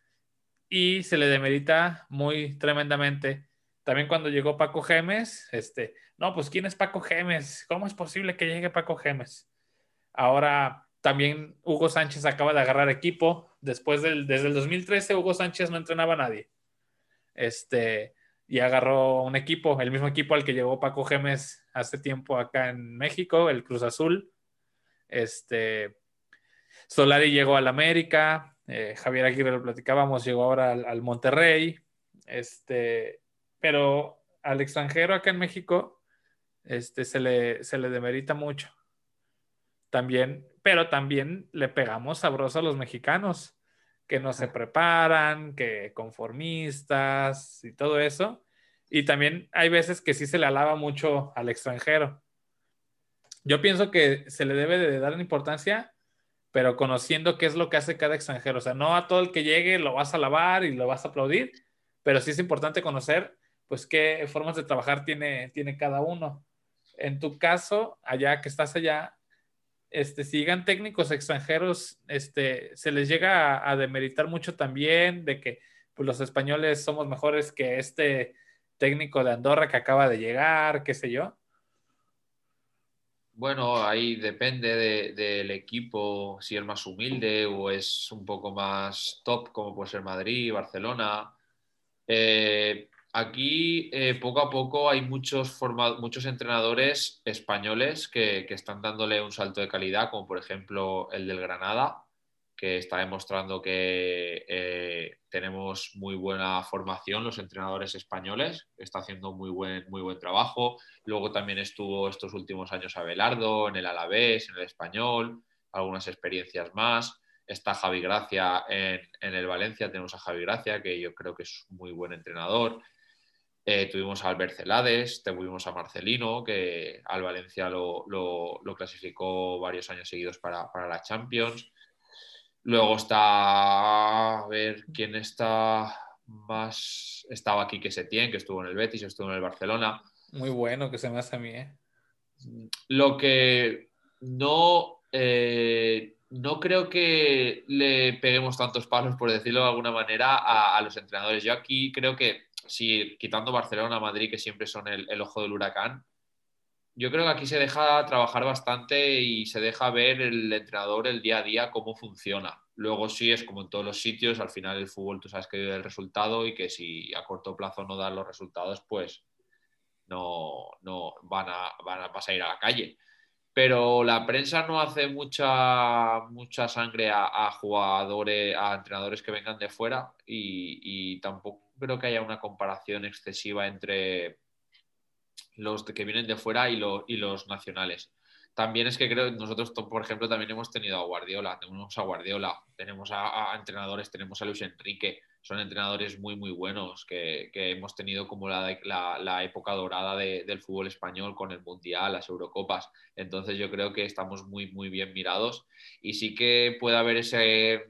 A: Y se le demerita muy tremendamente. También cuando llegó Paco Gémez, este, no, pues ¿quién es Paco Gémez? ¿Cómo es posible que llegue Paco Gémez? Ahora también Hugo Sánchez acaba de agarrar equipo. Después del, desde el dos mil trece, Hugo Sánchez no entrenaba a nadie. Este, y agarró un equipo, el mismo equipo al que llegó Paco Gémez hace tiempo acá en México, el Cruz Azul. Este, Solari llegó al América, eh, Javier Aguirre lo platicábamos, llegó ahora al, al Monterrey. Este, pero al extranjero acá en México este, se, le, se le demerita mucho. También, pero también le pegamos sabroso a los mexicanos, que no se preparan, que conformistas y todo eso. Y también hay veces que sí se le alaba mucho al extranjero. Yo pienso que se le debe de dar importancia, pero conociendo qué es lo que hace cada extranjero. O sea, no a todo el que llegue lo vas a alabar y lo vas a aplaudir, pero sí es importante conocer pues qué formas de trabajar tiene, tiene cada uno. En tu caso, allá que estás allá, Este, si llegan técnicos extranjeros, este, se les llega a, a demeritar mucho también de que pues, los españoles somos mejores que este técnico de Andorra que acaba de llegar, qué sé yo.
B: Bueno, ahí depende de, del equipo, si es más humilde o es un poco más top, como puede ser Madrid, Barcelona. Eh, Aquí, eh, poco a poco, hay muchos, forma- muchos entrenadores españoles que, que están dándole un salto de calidad, como por ejemplo el del Granada, que está demostrando que eh, tenemos muy buena formación los entrenadores españoles, está haciendo muy buen, muy buen trabajo. Luego también estuvo estos últimos años Abelardo en el Alavés, en el Español, algunas experiencias más. Está Javi Gracia en, en el Valencia, tenemos a Javi Gracia, que yo creo que es un muy buen entrenador. Eh, tuvimos a Albert Celades, tuvimos a Marcelino, que al Valencia lo, lo, lo clasificó varios años seguidos para, para la Champions. Luego está, a ver, ¿quién está más? Estaba Quique Setién, que estuvo en el Betis, estuvo en el Barcelona.
A: Muy bueno que se me hace a mí, ¿eh?
B: Lo que no... Eh, no creo que le peguemos tantos palos, por decirlo de alguna manera, a, a los entrenadores. Yo aquí creo que, si quitando Barcelona, Madrid, que siempre son el, el ojo del huracán, yo creo que aquí se deja trabajar bastante y se deja ver el entrenador el día a día cómo funciona. Luego sí, es como en todos los sitios, al final el fútbol tú sabes que vive el resultado y que si a corto plazo no dan los resultados, pues no, no van a, van a pasar a ir a la calle. Pero la prensa no hace mucha, mucha sangre a, a jugadores, a entrenadores que vengan de fuera y, y tampoco creo que haya una comparación excesiva entre los que vienen de fuera y, lo, y los nacionales. También es que creo que nosotros, por ejemplo, también hemos tenido a Guardiola, tenemos a Guardiola, tenemos a, a entrenadores, tenemos a Luis Enrique, son entrenadores muy, muy buenos que, que hemos tenido como la, la, la época dorada de, del fútbol español con el Mundial, las Eurocopas. Entonces yo creo que estamos muy, muy bien mirados y sí que puede haber ese,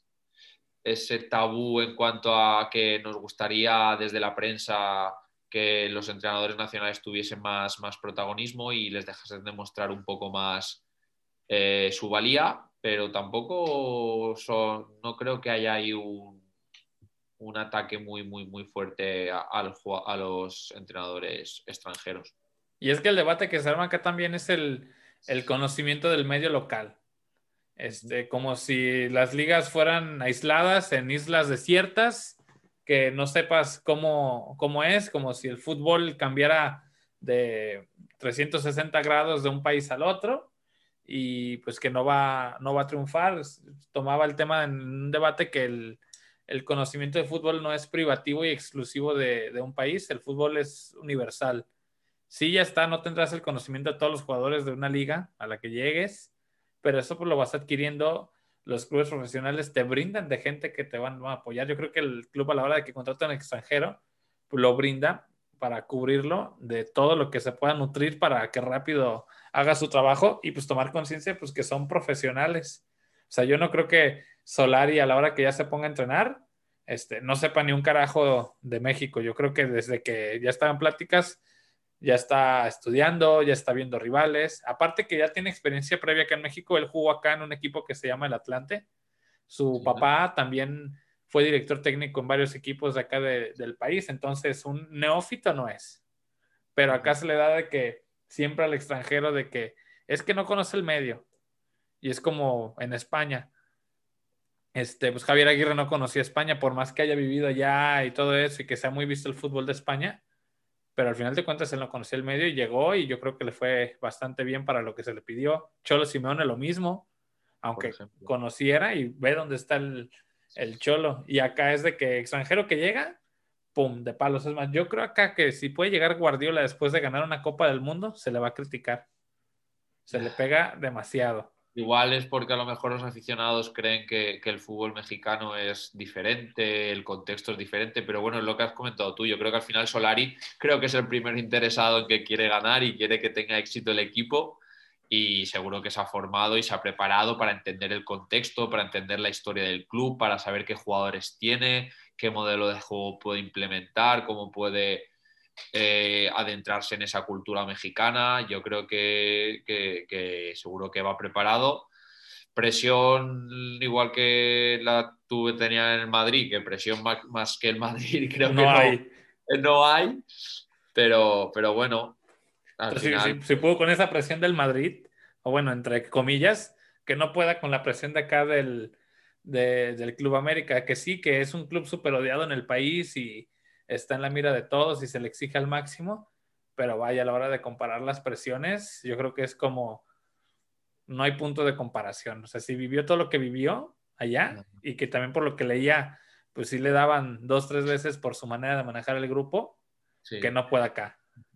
B: ese tabú en cuanto a que nos gustaría desde la prensa que los entrenadores nacionales tuviesen más, más protagonismo y les dejasen demostrar un poco más eh, su valía, pero tampoco son, no creo que haya ahí un, un ataque muy, muy, muy fuerte a, a, a los entrenadores extranjeros.
A: Y es que el debate que se arma acá también es el, el conocimiento del medio local. Este, como si las ligas fueran aisladas en islas desiertas, que no sepas cómo, cómo es, como si el fútbol cambiara de trescientos sesenta grados de un país al otro y pues que no va, no va a triunfar. Tomaba el tema en un debate que el, el conocimiento de fútbol no es privativo y exclusivo de, de un país, el fútbol es universal. Sí, ya está, no tendrás el conocimiento de todos los jugadores de una liga a la que llegues, pero eso pues lo vas adquiriendo. Los clubes profesionales te brindan de gente que te van a apoyar. Yo creo que el club, a la hora de que contrata a un extranjero, pues lo brinda para cubrirlo de todo lo que se pueda nutrir para que rápido haga su trabajo y pues tomar conciencia pues que son profesionales. O sea, yo no creo que Solari, a la hora que ya se ponga a entrenar, este, no sepa ni un carajo de México. Yo creo que desde que ya estaban pláticas ya está estudiando, ya está viendo rivales. Aparte que ya tiene experiencia previa acá en México, él jugó acá en un equipo que se llama el Atlante. Su
B: Sí, ¿no?
A: papá también fue director técnico en varios equipos de acá de, del país, entonces un neófito no es. Pero acá se le da de que siempre al extranjero de que es que no conoce el medio. Y es como en España. Este, pues Javier Aguirre no conocía España, por más que haya vivido allá y todo eso y que sea muy visto el fútbol de España, pero al final de cuentas él no conocía el medio y llegó y yo creo que le fue bastante bien para lo que se le pidió. Cholo Simeone lo mismo,
B: Por
A: aunque
B: ejemplo.
A: conociera y ve dónde está el, el Cholo. Y acá es de que extranjero que llega, pum, de palos. Es más, yo creo acá que si puede llegar Guardiola después de ganar una Copa del Mundo, se le va a criticar. Se le pega demasiado.
B: Igual es porque a lo mejor los aficionados creen que, que, el fútbol mexicano es diferente, el contexto es diferente, pero bueno, es lo que has comentado tú. Yo creo que al final Solari creo que es el primer interesado en que quiere ganar y quiere que tenga éxito el equipo y seguro que se ha formado y se ha preparado para entender el contexto, para entender la historia del club, para saber qué jugadores tiene, qué modelo de juego puede implementar, cómo puede eh, adentrarse en esa cultura mexicana. Yo creo que, que, que seguro que va preparado. Presión igual que la tuve tenía en el Madrid, que presión más, más que el Madrid creo que
A: No
B: no,
A: hay.
B: no hay, pero, pero bueno, al
A: Entonces, si,
B: final
A: si, si pudo con esa presión del Madrid, o bueno, entre comillas, que no pueda con la presión de acá del, de, del Club América, que sí, que es un club súper odiado en el país y está en la mira de todos y se le exige al máximo, pero vaya, a la hora de comparar las presiones, yo creo que es como, no hay punto de comparación. O sea, si vivió todo lo que vivió allá y que también por lo que leía, pues sí le daban dos, tres veces por su manera de manejar el grupo, que
B: sí.
A: no pueda acá.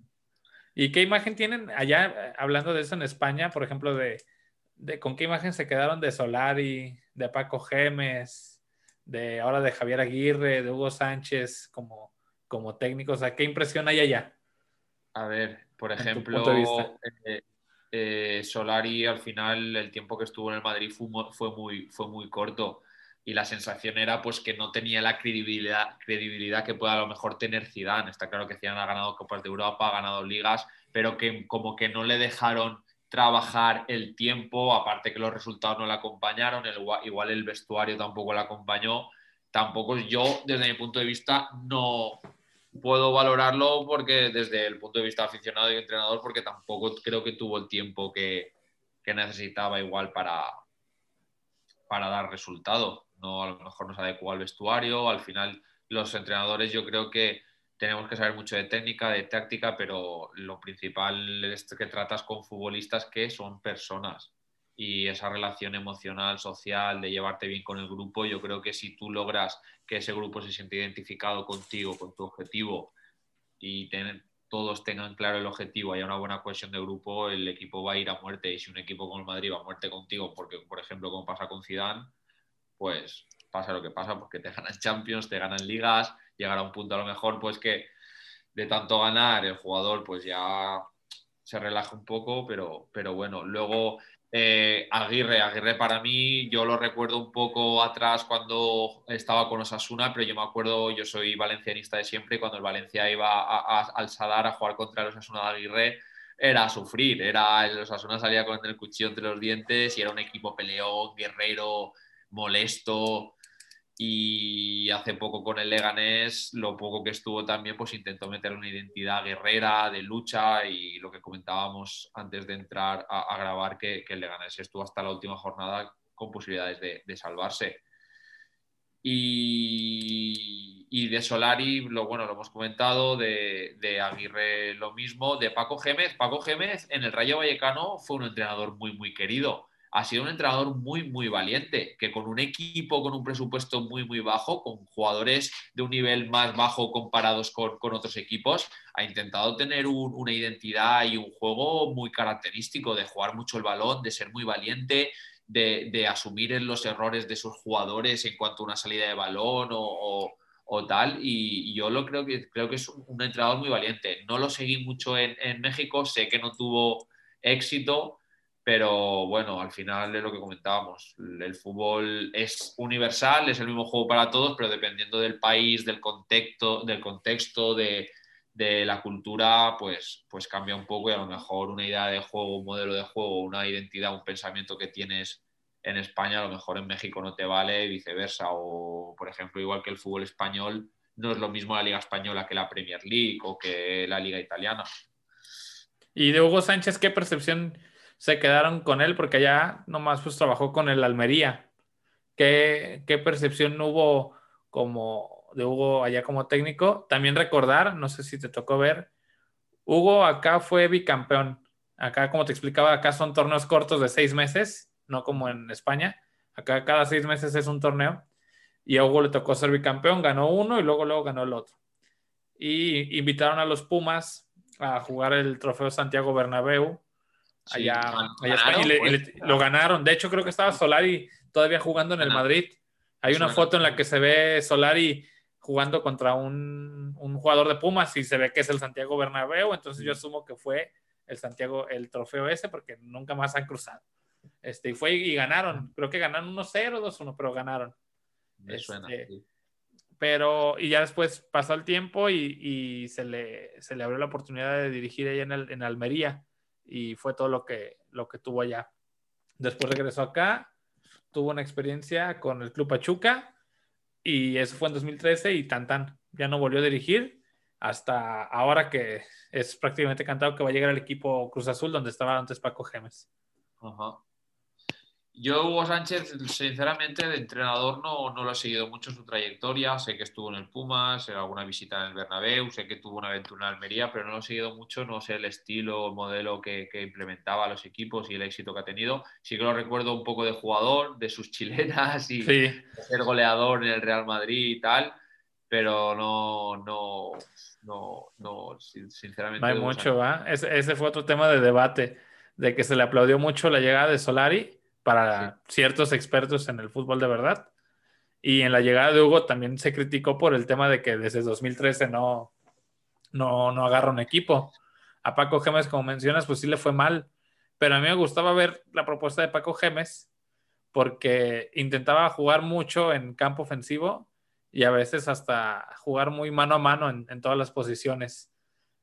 A: ¿Y qué imagen tienen allá, eh, hablando de eso en España, por ejemplo, de, de con qué imagen se quedaron de Solari, de Paco Gémez, de ahora de Javier Aguirre, de Hugo Sánchez como, como técnicos? O sea, ¿qué impresión hay allá,
B: A ver, por
A: en tu punto de
B: ejemplo,
A: vista?
B: eh, eh, Solari al final el tiempo que estuvo en el Madrid fue, mu- fue muy, fue muy corto y la sensación era pues que no tenía la credibilidad, credibilidad que pueda a lo mejor tener Zidane. Está claro que Zidane ha ganado Copas de Europa, ha ganado ligas, pero que como que no le dejaron trabajar el tiempo, aparte que los resultados no le acompañaron, el, igual el vestuario tampoco le acompañó. Tampoco yo, desde mi punto de vista, no puedo valorarlo porque desde el punto de vista aficionado y entrenador, porque tampoco creo que tuvo el tiempo que, que necesitaba igual para, para dar resultado. No, a lo mejor no se adecuó al vestuario. Al final, los entrenadores, yo creo que tenemos que saber mucho de técnica, de táctica, pero lo principal es que tratas con futbolistas que son personas, y esa relación emocional, social, de llevarte bien con el grupo, yo creo que si tú logras que ese grupo se siente identificado contigo, con tu objetivo, y ten, todos tengan claro el objetivo, haya una buena cohesión de grupo, el equipo va a ir a muerte. Y si un equipo como el Madrid va a muerte contigo, porque por ejemplo como pasa con Zidane, pues pasa lo que pasa, porque te ganan Champions, te ganan ligas, llegar a un punto a lo mejor pues que de tanto ganar el jugador pues ya se relaja un poco, pero, pero bueno, luego eh, Aguirre, Aguirre para mí, yo lo recuerdo un poco atrás cuando estaba con Osasuna, pero yo me acuerdo, yo soy valencianista de siempre, cuando el Valencia iba a, a, al Sadar a jugar contra el Osasuna de Aguirre, era a sufrir, era, el Osasuna salía con el cuchillo entre los dientes y era un equipo peleón, guerrero, molesto. Y hace poco con el Leganés, lo poco que estuvo también, pues intentó meter una identidad guerrera, de lucha, y lo que comentábamos antes de entrar a, a grabar, que, que el Leganés estuvo hasta la última jornada con posibilidades de, de salvarse. Y, y de Solari, lo bueno, lo hemos comentado, de, de Aguirre lo mismo, de Paco Gémez. Paco Gémez en el Rayo Vallecano fue un entrenador muy, muy querido. Ha sido un entrenador muy, muy valiente, que con un equipo con un presupuesto muy, muy bajo, con jugadores de un nivel más bajo comparados con, con otros equipos, ha intentado tener un, una identidad y un juego muy característico, de jugar mucho el balón, de ser muy valiente, de, de asumir los errores de sus jugadores en cuanto a una salida de balón o, o, o tal. Y, y yo lo creo que, creo que es un, un entrenador muy valiente. No lo seguí mucho en, en México, sé que no tuvo éxito, pero bueno, al final es lo que comentábamos. El fútbol es universal, es el mismo juego para todos, pero dependiendo del país, del contexto, del contexto de, de la cultura, pues, pues cambia un poco, y a lo mejor una idea de juego, un modelo de juego, una identidad, un pensamiento que tienes en España, a lo mejor en México no te vale, y viceversa. O, por ejemplo, igual que el fútbol español, no es lo mismo la Liga Española que la Premier League o que la Liga Italiana.
A: Y de Hugo Sánchez, ¿qué percepción se quedaron con él? Porque allá nomás pues trabajó con el Almería. ¿Qué, qué percepción hubo como de Hugo allá como técnico? También recordar, no sé si te tocó ver, Hugo acá fue bicampeón. Acá, como te explicaba, acá son torneos cortos de seis meses, no como en España. Acá cada seis meses es un torneo. Y a Hugo le tocó ser bicampeón, ganó uno y luego, luego ganó el otro. Y invitaron a los Pumas a jugar el trofeo Santiago Bernabéu
B: Sí,
A: allá, allá a España, y,
B: ganaron,
A: le, y
B: pues.
A: le, lo ganaron. De hecho, creo que estaba Solari todavía jugando en el Madrid. Hay una foto en la que se ve Solari jugando contra un, un jugador de Pumas y se ve que es el Santiago Bernabéu. Entonces yo asumo que fue el Santiago, el trofeo ese, porque nunca más han cruzado. Este, y fue y ganaron. Creo que ganaron uno cero, dos uno, pero ganaron.
B: Me suena,
A: este,
B: sí.
A: Pero, y ya después pasó el tiempo y, y se, le, se le abrió la oportunidad de dirigir allá en, el, en Almería, y fue todo lo que, lo que tuvo allá. Después regresó acá, tuvo una experiencia con el Club Pachuca, y eso fue en dos mil trece, y tan tan, ya no volvió a dirigir hasta ahora, que es prácticamente cantado que va a llegar al equipo Cruz Azul, donde estaba antes Paco Gémez.
B: Ajá. Yo, Hugo Sánchez, sinceramente, de entrenador no, no lo he seguido mucho su trayectoria. Sé que estuvo en el Pumas, en alguna visita en el Bernabéu, sé que tuvo una aventura en Almería, pero no lo he seguido mucho. No sé el estilo, el modelo que, que implementaba a los equipos y el éxito que ha tenido. Sí que lo recuerdo un poco de jugador, de sus chilenas y
A: Sí.
B: de ser goleador en el Real Madrid y tal, pero no, no, no, no sinceramente.
A: No hay mucho, ¿va? Ese, ese fue otro tema de debate, de que se le aplaudió mucho la llegada de Solari para
B: Sí.
A: ciertos expertos en el fútbol de verdad. Y en la llegada de Hugo también se criticó por el tema de que desde dos mil trece no, no, no agarra un equipo. A Paco Gémez, como mencionas, pues sí le fue mal. Pero a mí me gustaba ver la propuesta de Paco Gémez porque intentaba jugar mucho en campo ofensivo y a veces hasta jugar muy mano a mano en, en todas las posiciones.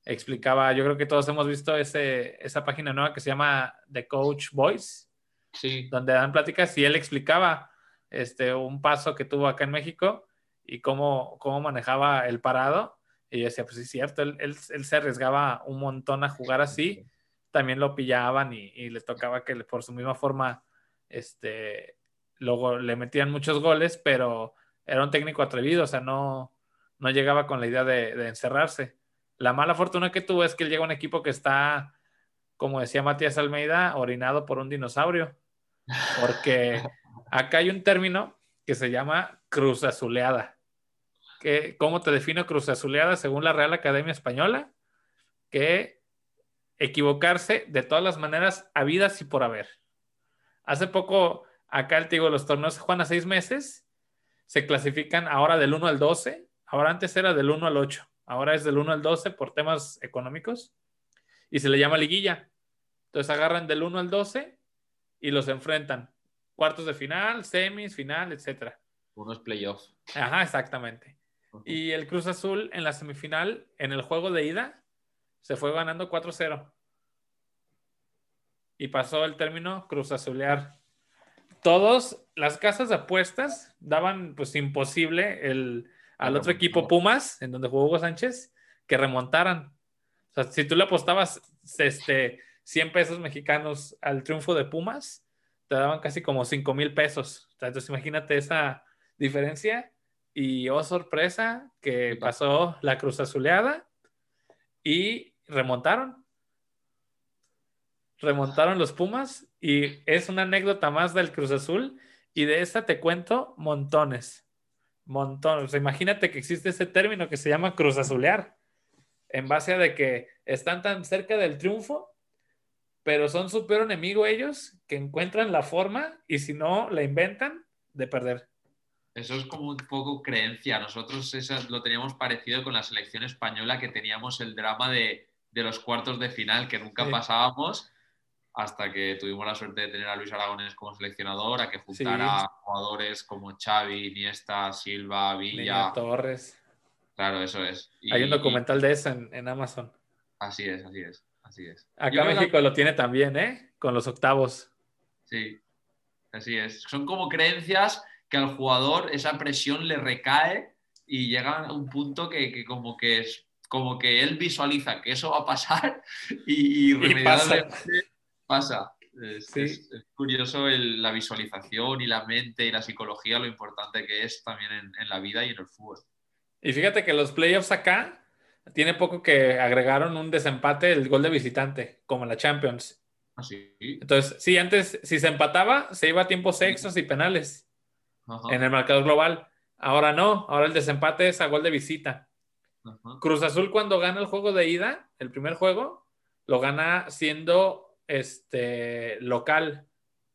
A: explicaba, yo creo que todos hemos visto ese, esa página nueva que se llama The Coach Voice,
B: Sí.
A: donde dan pláticas y él explicaba este, un paso que tuvo acá en México y cómo, cómo manejaba el parado. Y yo decía, pues sí, es cierto, él, él, él se arriesgaba un montón a jugar así, también lo pillaban y, y le tocaba que por su misma forma este, luego le metían muchos goles, pero era un técnico atrevido, o sea, no, no llegaba con la idea de, de encerrarse. La mala fortuna que tuvo es que él llega a un equipo que está, como decía Matías Almeida, orinado por un dinosaurio, porque acá hay un término que se llama cruz azuleada. Que, ¿cómo te defino cruz azuleada según la Real Academia Española? Que equivocarse de todas las maneras habidas y por haber. Hace poco, acá el digo, los torneos se juegan a seis meses, se clasifican ahora del uno al doce, ahora antes era del uno al ocho, ahora es del uno al doce por temas económicos y se le llama liguilla. Entonces agarran del uno al doce y los enfrentan. Cuartos de final, semis, final, etcétera.
B: Unos playoffs.
A: Ajá, exactamente. Uh-huh. Y el Cruz Azul en la semifinal, en el juego de ida, se fue ganando cuatro cero. Y pasó el término Cruz Azulear. Todos, las casas de apuestas daban pues imposible el, al otro equipo Pumas, en donde jugó Hugo Sánchez, que remontaran. O sea, si tú le apostabas este, cien pesos mexicanos al triunfo de Pumas, te daban casi como cinco mil pesos. O sea, entonces imagínate esa diferencia. Y oh sorpresa, que pasó la Cruz Azuleada y remontaron. Remontaron los Pumas y es una anécdota más del Cruz Azul y de esta te cuento montones. Montones. O sea, imagínate que existe ese término que se llama Cruz Azulear en base a de que están tan cerca del triunfo, pero son súper enemigo ellos que encuentran la forma y si no la inventan de perder.
B: Eso es como un poco creencia. Nosotros eso lo teníamos parecido con la selección española, que teníamos el drama de, de los cuartos de final, que nunca sí. pasábamos hasta que tuvimos la suerte de tener a Luis Aragonés como seleccionador, a que juntara sí. jugadores como Xavi, Iniesta, Silva, Villa.
A: Niño Torres.
B: Claro, eso es.
A: Y, hay un documental y... de eso en, en Amazon.
B: Así es, así es, así es.
A: Acá México la... lo tiene también, ¿eh? Con los octavos.
B: Sí, así es. Son como creencias que al jugador esa presión le recae y llega a un punto que, que como que es como que él visualiza que eso va a pasar y, y irremediablemente pasa. Es, sí. es, es curioso el, la visualización y la mente y la psicología, lo importante que es también en, en la vida y en el fútbol.
A: Y fíjate que los playoffs acá tiene poco que agregaron un desempate, el gol de visitante, como en la Champions.
B: ¿Ah, sí?
A: Entonces, sí, antes si se empataba, se iba a tiempos extras y penales. Ajá. En el marcador global. Ahora no, ahora el desempate es a gol de visita. Ajá. Cruz Azul cuando gana el juego de ida, el primer juego, lo gana siendo este, local.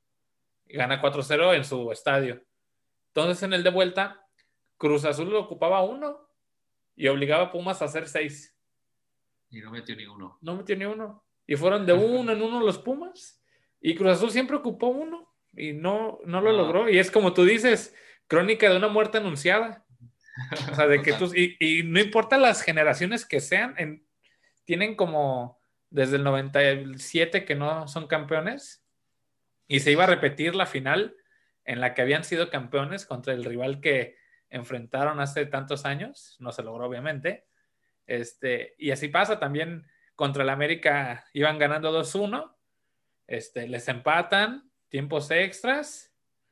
A: Gana cuatro cero en su estadio. Entonces en el de vuelta, Cruz Azul lo ocupaba uno y obligaba a Pumas a hacer seis.
B: Y no metió ni uno.
A: No metió ni uno. Y fueron de uno en uno los Pumas. Y Cruz Azul siempre ocupó uno. Y no, no lo ah. logró. Y es como tú dices, crónica de una muerte anunciada. O sea, de que tú, y, y no importa las generaciones que sean, en, tienen como desde el noventa y siete que no son campeones, y se iba a repetir la final en la que habían sido campeones contra el rival que enfrentaron hace tantos años. No se logró, obviamente. Este, y así pasa también contra el América, iban ganando dos uno, este, les empatan, tiempos extras,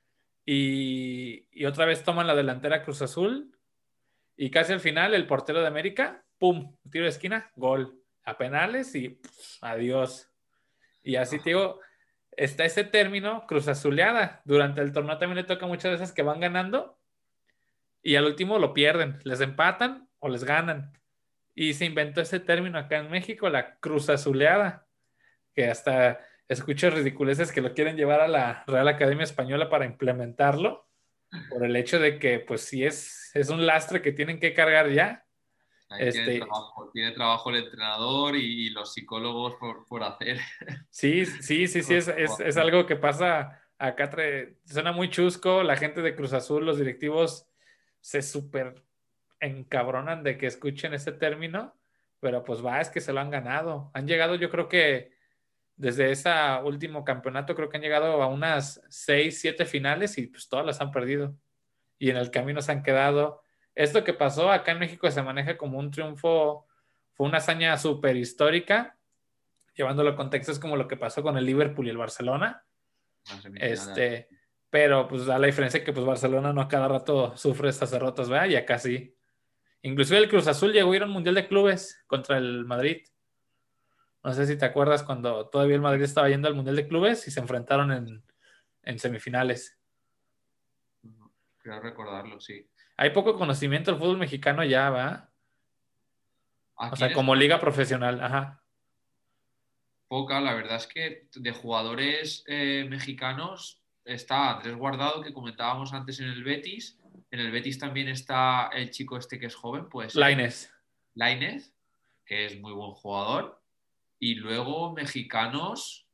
A: y, y otra vez toman la delantera Cruz Azul, y casi al final el portero de América, pum, tiro de esquina, gol, a penales y pff, adiós. Y así te digo, está ese término Cruz Azuleada. Durante el torneo también le toca muchas veces que van ganando y al último lo pierden, les empatan o les ganan. Y se inventó ese término acá en México, la Cruz Azuleada, que hasta escucho ridiculeces que lo quieren llevar a la Real Academia Española para implementarlo, por el hecho de que, pues, sí es, es un lastre que tienen que cargar ya.
B: Ahí este... tiene, trabajo, tiene trabajo el entrenador y, y los psicólogos por, por hacer.
A: Sí, sí, sí, sí, es, es, es algo que pasa acá. Tre... Suena muy chusco, la gente de Cruz Azul, los directivos se súper encabronan de que escuchen ese término,
C: pero pues va, es que se lo han ganado. Han llegado, yo creo que desde ese último campeonato, creo que han llegado a unas seis, siete finales y pues todas las han perdido. Y en el camino se han quedado. Esto que pasó acá en México se maneja como un triunfo, fue una hazaña súper histórica, llevándolo a contexto, es como lo que pasó con el Liverpool y el Barcelona. Este, pero pues da la diferencia que pues Barcelona no a cada rato sufre estas derrotas, ¿verdad? Y acá sí. Inclusive el Cruz Azul llegó a ir a un Mundial de Clubes contra el Madrid. No sé si te acuerdas cuando todavía el Madrid estaba yendo al Mundial de Clubes y se enfrentaron en, en semifinales.
B: Creo recordarlo, sí.
C: Hay poco conocimiento del fútbol mexicano ya, ¿va?
B: Aquí
C: o sea,
B: en
C: como
B: España,
C: liga profesional, ajá.
B: poca, la verdad es que de jugadores eh, mexicanos está Andrés Guardado, que comentábamos antes en el Betis. En el Betis también está el chico este que es joven, puede ser.
C: Lainez.
B: Lainez, que es muy buen jugador. Y luego mexicanos,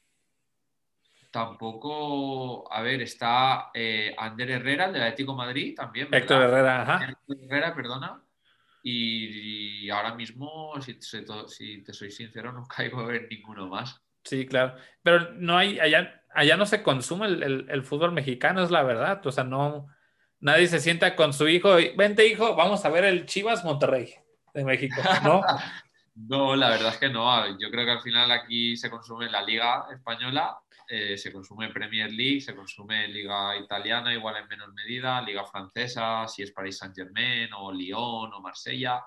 B: tampoco, a ver, está eh, Ander Herrera, el del Atlético de Madrid, también,
C: Héctor
B: ¿verdad?
C: Herrera, ajá.
B: Héctor Herrera, perdona. Y, y ahora mismo, si, si, si te soy sincero, no caigo en ninguno más.
C: Sí, claro. Pero no hay, allá, allá no se consume el, el, el fútbol mexicano, es la verdad. O sea, no, nadie se sienta con su hijo y, vente hijo, vamos a ver el Chivas Monterrey de México, ¿no?
B: No, la verdad es que no. Yo creo que al final aquí se consume la Liga Española, eh, se consume Premier League, se consume Liga Italiana, igual en menor medida, Liga Francesa, si es Paris Saint-Germain o Lyon o Marsella.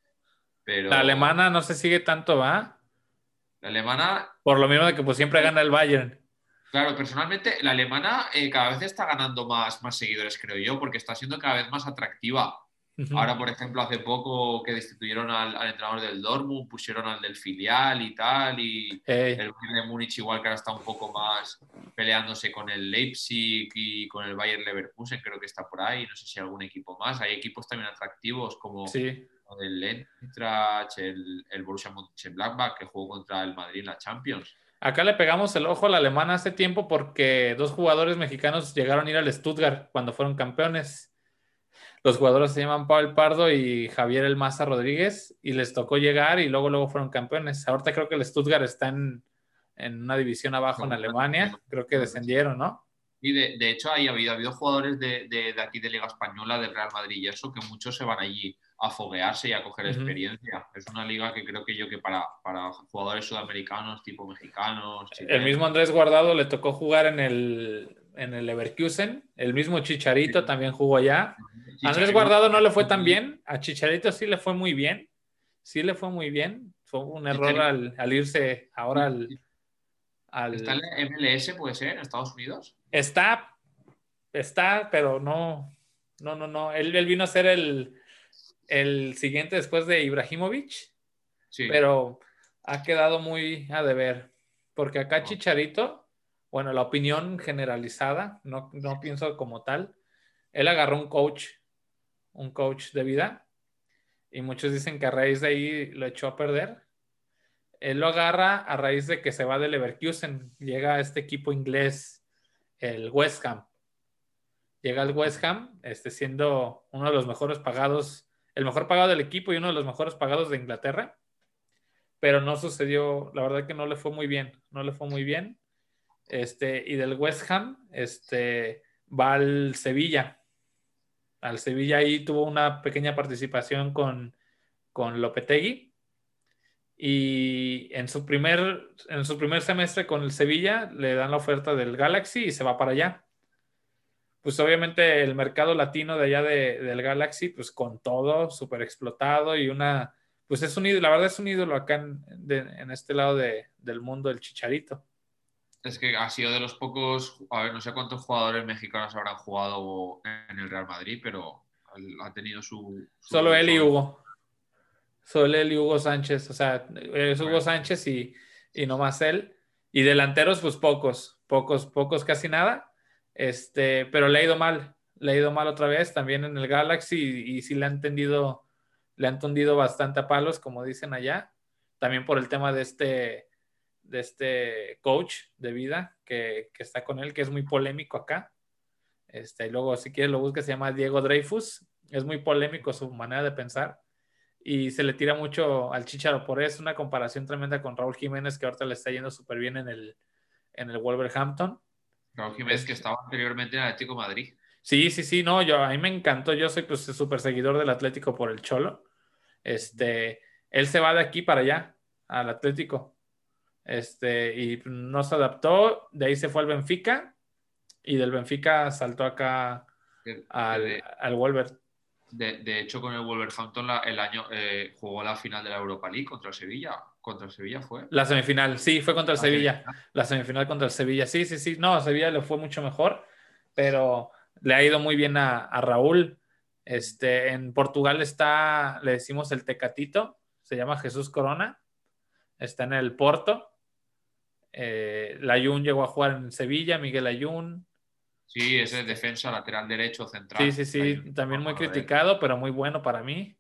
C: La
B: Pero
C: alemana no se sigue tanto, ¿va?
B: la alemana,
C: Por lo mismo de que pues siempre gana el Bayern.
B: claro, personalmente la alemana eh, cada vez está ganando más, más seguidores, creo yo, porque está siendo cada vez más atractiva. Ahora, por ejemplo, hace poco que destituyeron al, al entrenador del Dortmund, pusieron al del filial y tal, y
C: Hey.
B: el Bayern de Múnich igual que ahora está un poco más peleándose con el Leipzig y con el Bayern Leverkusen, creo que está por ahí, no sé si algún equipo más. Hay equipos también atractivos como
C: Sí.
B: el Eintracht, el, el Borussia Mönchengladbach, que jugó contra el Madrid en la Champions.
C: Acá le pegamos el ojo a la alemana hace tiempo porque dos jugadores mexicanos llegaron a ir al Stuttgart cuando fueron campeones. Los jugadores se llaman Paul Pardo y Javier El Maza Rodríguez y les tocó llegar y luego, luego fueron campeones. Ahorita creo que el Stuttgart está en, en una división abajo en Alemania. Creo que descendieron, ¿no?
B: Y de, de hecho, ahí ha habido, ha habido jugadores de, de, de aquí de Liga Española, del Real Madrid y eso, que muchos se van allí a foguearse y a coger
C: Uh-huh.
B: experiencia. Es una liga que creo que yo que para, para jugadores sudamericanos, tipo mexicanos, chilenos.
C: El mismo Andrés Guardado le tocó jugar en el, en el Leverkusen. El mismo Chicharito sí. también jugó allá. Chicharito. Andrés Guardado no le fue tan bien. A Chicharito sí le fue muy bien. Sí le fue muy bien. Fue un error al, al irse ahora al, al...
B: ¿Está en la M L S, puede ser, en Estados Unidos?
C: Está, está, pero no, no, no, no. Él, él vino a ser el, el siguiente después de Ibrahimovic, sí. Pero ha quedado muy a deber. Porque acá Chicharito, bueno, la opinión generalizada, no, no pienso como tal, él agarró un coach, un coach de vida, y muchos dicen que a raíz de ahí lo echó a perder. Él lo agarra a raíz de que se va de Leverkusen, llega a este equipo inglés, el West Ham. Llega al West Ham, este, siendo uno de los mejores pagados, el mejor pagado del equipo y uno de los mejores pagados de Inglaterra. Pero no sucedió, la verdad que no le fue muy bien, no le fue muy bien. Este, y del West Ham, este, va al Sevilla. Al Sevilla ahí tuvo una pequeña participación con, con Lopetegui. Y en su, primer, en su primer semestre con el Sevilla le dan la oferta del Galaxy y se va para allá. Pues obviamente el mercado latino de allá de, del Galaxy, pues con todo, súper explotado y una, pues es un ídolo, la verdad es un ídolo acá en, de, en este lado de, del mundo, el Chicharito.
B: Es que ha sido de los pocos, a ver, no sé cuántos jugadores mexicanos habrán jugado en el Real Madrid, pero ha tenido su... su
C: Solo él y Hugo. Solo él y Hugo Sánchez, o sea, es Hugo bueno. Sánchez y, y nomás él. Y delanteros, pues pocos, pocos, pocos, casi nada. Este, pero le ha ido mal, le ha ido mal otra vez, también en el Galaxy, y, y sí le han tendido, le han tendido bastante a palos, como dicen allá. También por el tema de este, de este coach de vida que, que está con él, que es muy polémico acá. Este, y luego, si quieres, lo buscas, se llama Diego Dreyfus. Es muy polémico su manera de pensar. y se le tira mucho al Chícharo por eso, una comparación tremenda con Raúl Jiménez, que ahorita le está yendo súper bien en el, en el Wolverhampton.
B: Raúl Jiménez, es... que estaba anteriormente en el Atlético de Madrid.
C: Sí, sí, sí, no, yo, a mí me encantó, yo soy pues súper seguidor del Atlético por el Cholo. Este, él se va de aquí para allá, al Atlético. Este, y no se adaptó, de ahí se fue al Benfica, y del Benfica saltó acá
B: que,
C: al,
B: que de,
C: al Wolver.
B: De, de hecho, con el Wolverhampton la, el año eh, jugó la final de la Europa League contra el Sevilla. ¿Contra el Sevilla fue?
C: La semifinal, sí, fue contra el la Sevilla. Semifinal. La semifinal contra el Sevilla, sí, sí, sí. No, a Sevilla le fue mucho mejor, pero le ha ido muy bien a, a Raúl. Este, en Portugal está, le decimos el Tecatito, se llama Jesús Corona, está en el Porto. Eh, Layún llegó a jugar en Sevilla, Miguel Layún.
B: Sí, ese es defensa, lateral derecho, central.
C: Sí, sí, sí, Layún, también muy criticado, pero muy bueno para mí.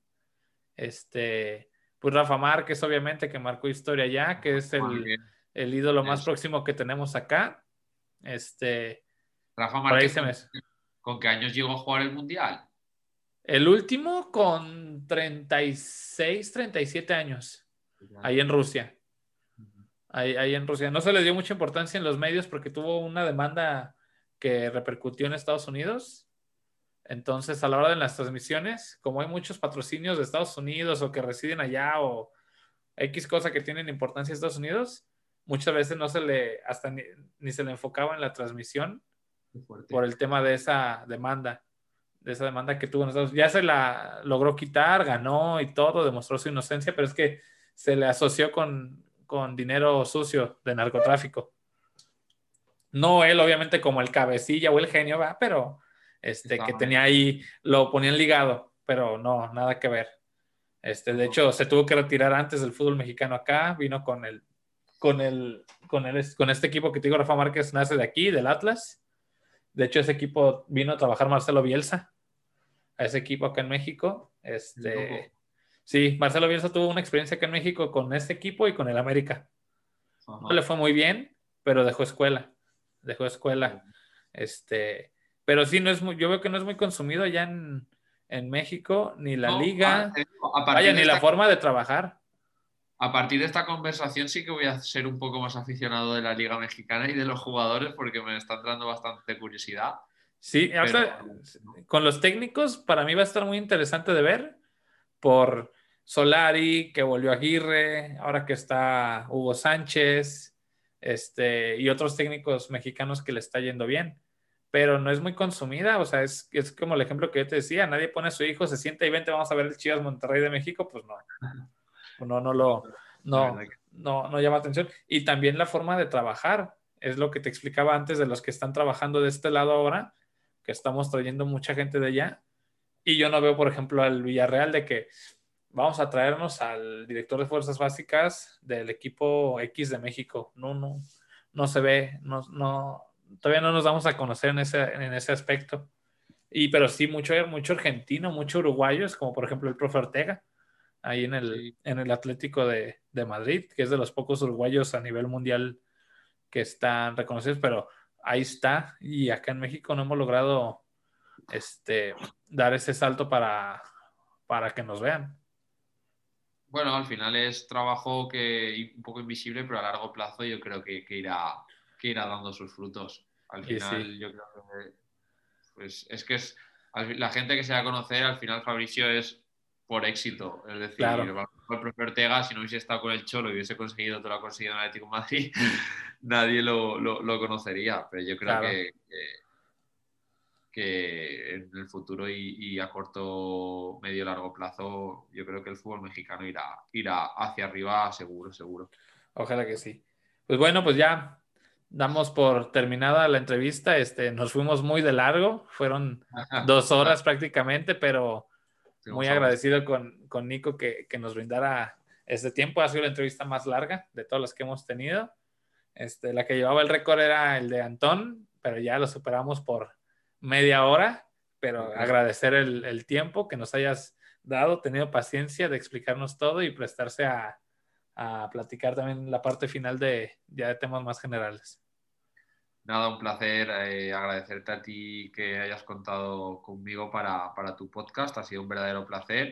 C: Este, pues Rafa Márquez, obviamente, que marcó historia ya, que es el, el ídolo más próximo que tenemos acá. Este,
B: Rafa Márquez, ¿con, ¿con qué años llegó a jugar el Mundial?
C: El último con treinta y seis, treinta y siete años, ahí en Rusia. Ahí, ahí en Rusia. No se le dio mucha importancia en los medios porque tuvo una demanda que repercutió en Estados Unidos. Entonces, a la hora de las transmisiones, como hay muchos patrocinios de Estados Unidos o que residen allá o X cosa que tienen importancia en Estados Unidos, muchas veces no se le, hasta ni, ni se le enfocaba en la transmisión por el tema de esa demanda, de esa demanda que tuvo en Estados Unidos. Ya se la logró quitar, ganó y todo, demostró su inocencia, pero es que se le asoció con, con dinero sucio de narcotráfico. No él, obviamente, como el cabecilla o el genio, ¿va? Pero este, Está que bien. Tenía ahí, lo ponían ligado, pero no, nada que ver. Este, de hecho, se tuvo que retirar antes del fútbol mexicano acá, vino con el, con el, con el, con este equipo que te digo, Rafa Márquez nace de aquí, del Atlas. De hecho, ese equipo vino a trabajar Marcelo Bielsa, a ese equipo acá en México. Este, sí, Marcelo Bielsa tuvo una experiencia acá en México con este equipo y con el América. Ajá. No le fue muy bien, pero dejó escuela, dejó escuela. Uh-huh. Este, pero sí, no es muy, yo veo que no es muy consumido allá en, en México, ni la no, liga, a, a vaya, ni esta, la forma de trabajar.
B: A partir de esta conversación sí que voy a ser un poco más aficionado de la liga mexicana y de los jugadores porque me está entrando bastante curiosidad.
C: Sí, ahorita, pero... con los técnicos para mí va a estar muy interesante de ver por Solari, que volvió a Aguirre, ahora que está Hugo Sánchez, este, y otros técnicos mexicanos que le está yendo bien. Pero no es muy consumida, o sea, es, es como el ejemplo que yo te decía, nadie pone a su hijo, se sienta y vente, vamos a ver el Chivas Monterrey de México, pues no, no, no lo, no, no, no llama atención. Y también la forma de trabajar, es lo que te explicaba antes de los que están trabajando de este lado ahora, que estamos trayendo mucha gente de allá, y yo no veo, por ejemplo, al Villarreal de que vamos a traernos al director de fuerzas básicas del equipo X de México, no, no, no se ve, no, no, todavía no nos damos a conocer en ese, en ese aspecto. Y, pero sí, mucho, mucho argentino, mucho uruguayos, como por ejemplo el profe Ortega, ahí en el, sí. en el Atlético de, de Madrid, que es de los pocos uruguayos a nivel mundial que están reconocidos, pero ahí está. Y acá en México no hemos logrado este, dar ese salto para, para que nos vean.
B: Bueno, al final es trabajo que un poco invisible, pero a largo plazo yo creo que, que, irá, que irá dando sus frutos. Al final sí. Yo creo que pues, es que es la gente que se va a conocer, al final Fabricio es por éxito. Es decir, claro. El propio Ortega, si no hubiese estado con el Cholo y hubiese conseguido todo lo ha conseguido en el Atlético de Madrid, nadie lo, lo, lo conocería. Pero yo creo claro. que, que, que en el futuro y, y a corto, medio, largo plazo, yo creo que el fútbol mexicano irá, irá hacia arriba seguro, seguro.
C: Ojalá que sí. Pues bueno, pues ya damos por terminada la entrevista. Este, nos fuimos muy de largo, fueron dos horas prácticamente, pero muy agradecido con, con Nico que, que nos brindara este tiempo. Ha sido la entrevista más larga de todas las que hemos tenido. Este, la que llevaba el récord era el de Antón, pero ya lo superamos por media hora, pero okay. Agradecer el, el tiempo que nos hayas dado, tenido paciencia de explicarnos todo y prestarse a, a platicar también la parte final de, ya de temas más generales.
B: Nada, un placer, eh, agradecerte a ti que hayas contado conmigo para, para tu podcast, ha sido un verdadero placer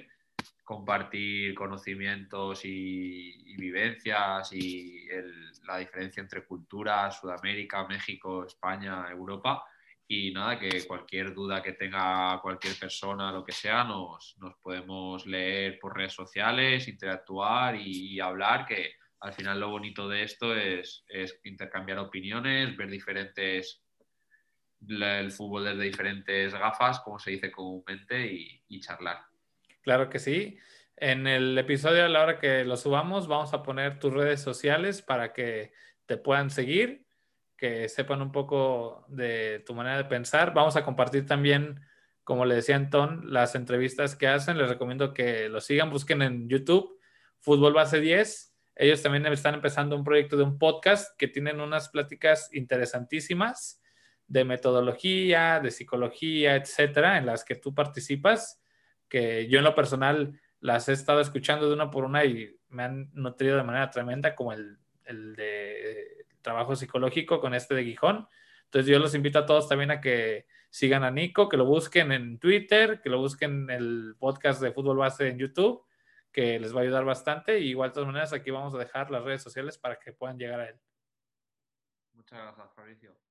B: compartir conocimientos y, y vivencias y el, la diferencia entre culturas, Sudamérica, México, España, Europa. Y nada, que cualquier duda que tenga cualquier persona, lo que sea, nos, nos podemos leer por redes sociales, interactuar y, y hablar, que al final lo bonito de esto es, es intercambiar opiniones, ver diferentes, el fútbol desde diferentes gafas, como se dice comúnmente, y, y charlar.
C: Claro que sí. En el episodio, a la hora que lo subamos, vamos a poner tus redes sociales para que te puedan seguir, que sepan un poco de tu manera de pensar. Vamos a compartir también, como le decía Antón, las entrevistas que hacen. Les recomiendo que lo sigan, busquen en YouTube, Fútbol Base diez. Ellos también están empezando un proyecto de un podcast que tienen unas pláticas interesantísimas de metodología, de psicología, etcétera, en las que tú participas, que yo en lo personal las he estado escuchando de una por una y me han nutrido de manera tremenda, como el, el de trabajo psicológico con este de Gijón. Entonces yo los invito a todos también a que sigan a Nico, que lo busquen en Twitter, que lo busquen en el podcast de Fútbol Base en YouTube, que les va a ayudar bastante. Y igual de todas maneras aquí vamos a dejar las redes sociales para que puedan llegar a él.
B: Muchas gracias, Fabricio.